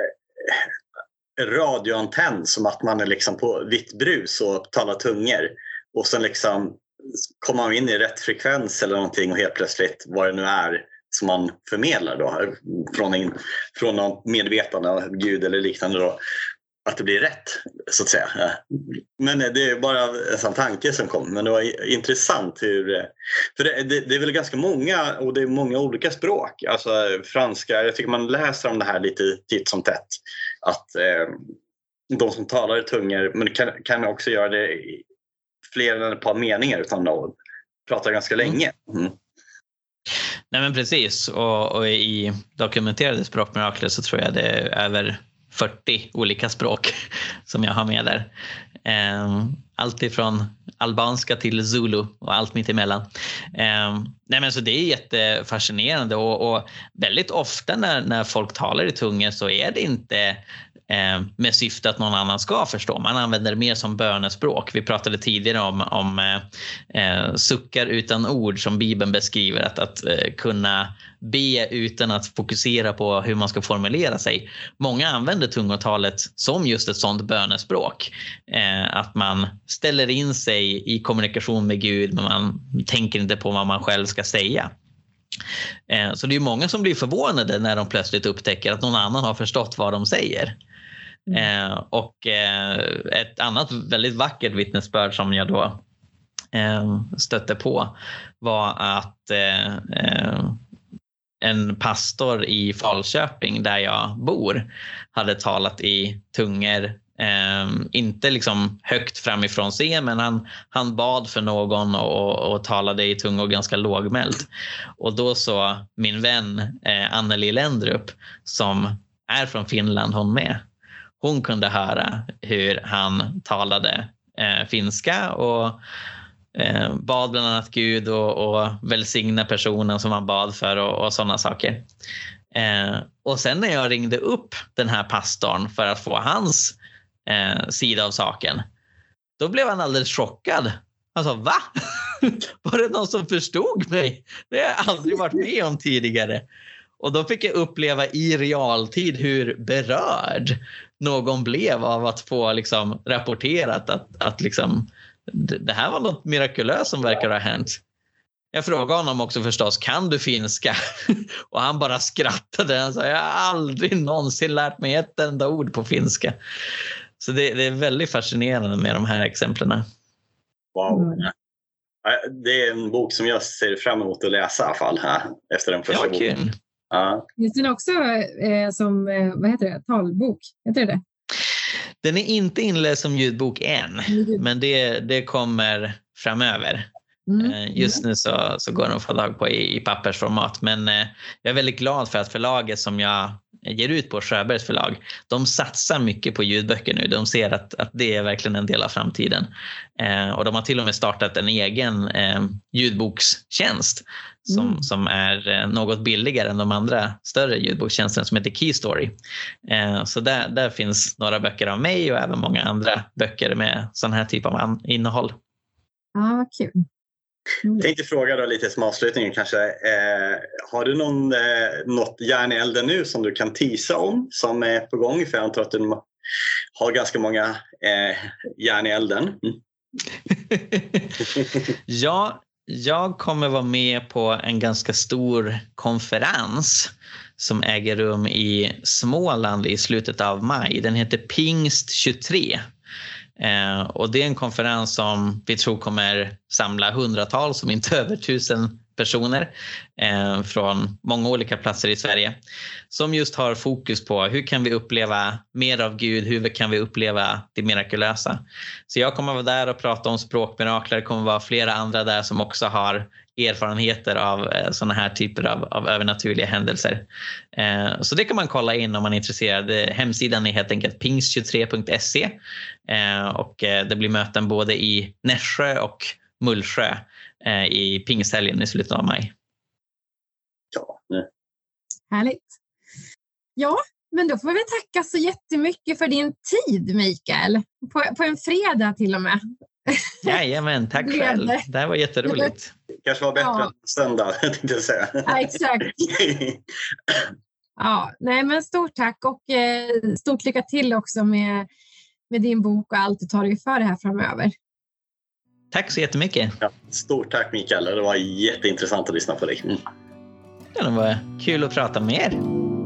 Speaker 4: radioantenn, som att man är liksom på vitt brus och talar tungor och sen liksom kommer man in i rätt frekvens eller någonting och helt plötsligt vad det nu är som man förmedlar då från någon medvetande av Gud eller liknande då, att det blir rätt så att säga. Men det är bara en sån tanke som kom, men det var intressant för det är väl ganska många och det är många olika språk, alltså franska, jag tycker man läser om det här lite titt som tätt att de som talar i tungor men kan också göra det i fler än ett par meningar utan att prata ganska länge.
Speaker 3: Nej men precis, och i dokumenterade språkmirakler så tror jag det är över 40 olika språk som jag har med där. Allt ifrån albanska till zulu och allt mitt emellan. Nej men så det är jättefascinerande och väldigt ofta när folk talar i tungor så är det inte med syfte att någon annan ska förstå. Man använder det mer som bönespråk. Vi pratade tidigare om suckar utan ord som Bibeln beskriver. Att kunna be utan att fokusera på hur man ska formulera sig. Många använder tungotalet som just ett sånt bönespråk. Att man ställer in sig i kommunikation med Gud men man tänker inte på vad man själv ska säga. Så det är många som blir förvånade när de plötsligt upptäcker att någon annan har förstått vad de säger. Och ett annat väldigt vackert vittnesbörd som jag då stötte på var att en pastor i Falköping där jag bor hade talat i tungor, inte liksom högt framifrån sig, men han bad för någon och talade i tungor ganska lågmält. Och då så min vän Anneli Lendrup som är från Finland, hon med. hon kunde höra hur han talade finska och bad bland annat Gud och välsigna personen som han bad för och sådana saker. Och sen när jag ringde upp den här pastorn för att få hans sida av saken, då blev han alldeles chockad. Han sa, va? Var det någon som förstod mig? Det har jag aldrig varit med om tidigare. Och då fick jag uppleva i realtid hur berörd någon blev av att få liksom rapporterat att liksom, det här var något mirakulöst som verkar ha hänt. Jag frågade honom också förstås, kan du finska? Och han bara skrattade. Han sa, jag har aldrig någonsin lärt mig ett enda ord på finska. Så det är väldigt fascinerande med de här exemplen.
Speaker 4: Wow. Det är en bok som jag ser fram emot att läsa i alla fall här efter den första boken.
Speaker 3: Kul.
Speaker 4: Ja.
Speaker 2: Finns den också som, vad heter det, talbok? Heter det?
Speaker 3: Den är inte inläst som ljudbok än, men det kommer framöver. Just nu så går den att få tag på i pappersformat, men jag är väldigt glad för att förlaget som jag ger ut på, Sjöbergs förlag, de satsar mycket på ljudböcker nu. De ser att det är verkligen en del av framtiden. Och de har till och med startat en egen ljudbokstjänst som är något billigare än de andra större ljudbokstjänsterna som heter Keystory. Så där finns några böcker av mig och även många andra böcker med sån här typ av innehåll.
Speaker 2: Ja, kul.
Speaker 4: Jag tänkte fråga då lite som avslutning kanske. Har du något järn i elden nu som du kan teasa om som är på gång? För jag antar att du har ganska många järn i elden.
Speaker 3: Ja, jag kommer vara med på en ganska stor konferens som äger rum i Småland i slutet av maj. Den heter Pingst 23. Och det är en konferens som vi tror kommer samla hundratals, om inte över 1000 personer från många olika platser i Sverige, som just har fokus på hur kan vi uppleva mer av Gud, hur kan vi uppleva det mirakulösa. Så jag kommer vara där och prata om språkmirakler. Det kommer vara flera andra där som också har erfarenheter av sådana här typer av övernaturliga händelser. Så det kan man kolla in om man är intresserad. Hemsidan är helt enkelt pingst23.se och det blir möten både i Nässjö och Mullsjö i pingsthelgen i slutet av maj.
Speaker 4: Ja.
Speaker 2: Härligt. Ja, men då får vi tacka så jättemycket för din tid, Mikael. På en fredag till och med.
Speaker 3: Jajamän, tack själv. Det här var jätteroligt.
Speaker 4: Kanske var bättre än söndag, tänkte jag säga.
Speaker 2: Ja, exakt. Ja, nej, men stort tack och stort lycka till också med din bok och allt du tar dig för det här framöver.
Speaker 3: Tack så jättemycket.
Speaker 4: Ja, stort tack Mikael, det var jätteintressant att lyssna på dig.
Speaker 3: Ja, det var kul att prata med er.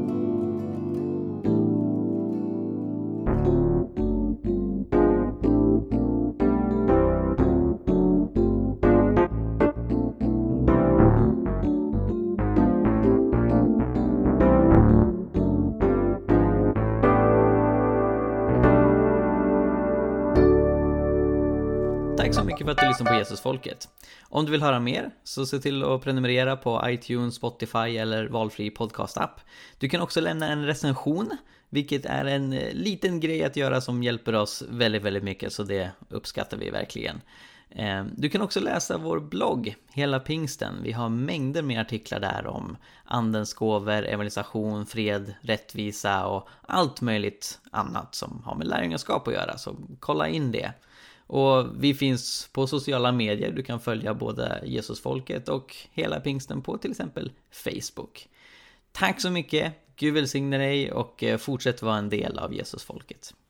Speaker 1: Tack så mycket för att du lyssnar på Jesusfolket. Om du vill höra mer så se till att prenumerera på iTunes, Spotify eller valfri podcastapp. Du kan också lämna en recension, vilket är en liten grej att göra som hjälper oss väldigt, väldigt mycket, så det uppskattar vi verkligen. Du kan också läsa vår blogg, Hela Pingsten. Vi har mängder med artiklar där om andens gåvor, evangelisation, fred, rättvisa och allt möjligt annat som har med lärjungaskap att göra, så kolla in det. Och vi finns på sociala medier. Du kan följa både Jesusfolket och Hela Pingsten på till exempel Facebook. Tack så mycket. Gud välsigne dig och fortsätt vara en del av Jesusfolket.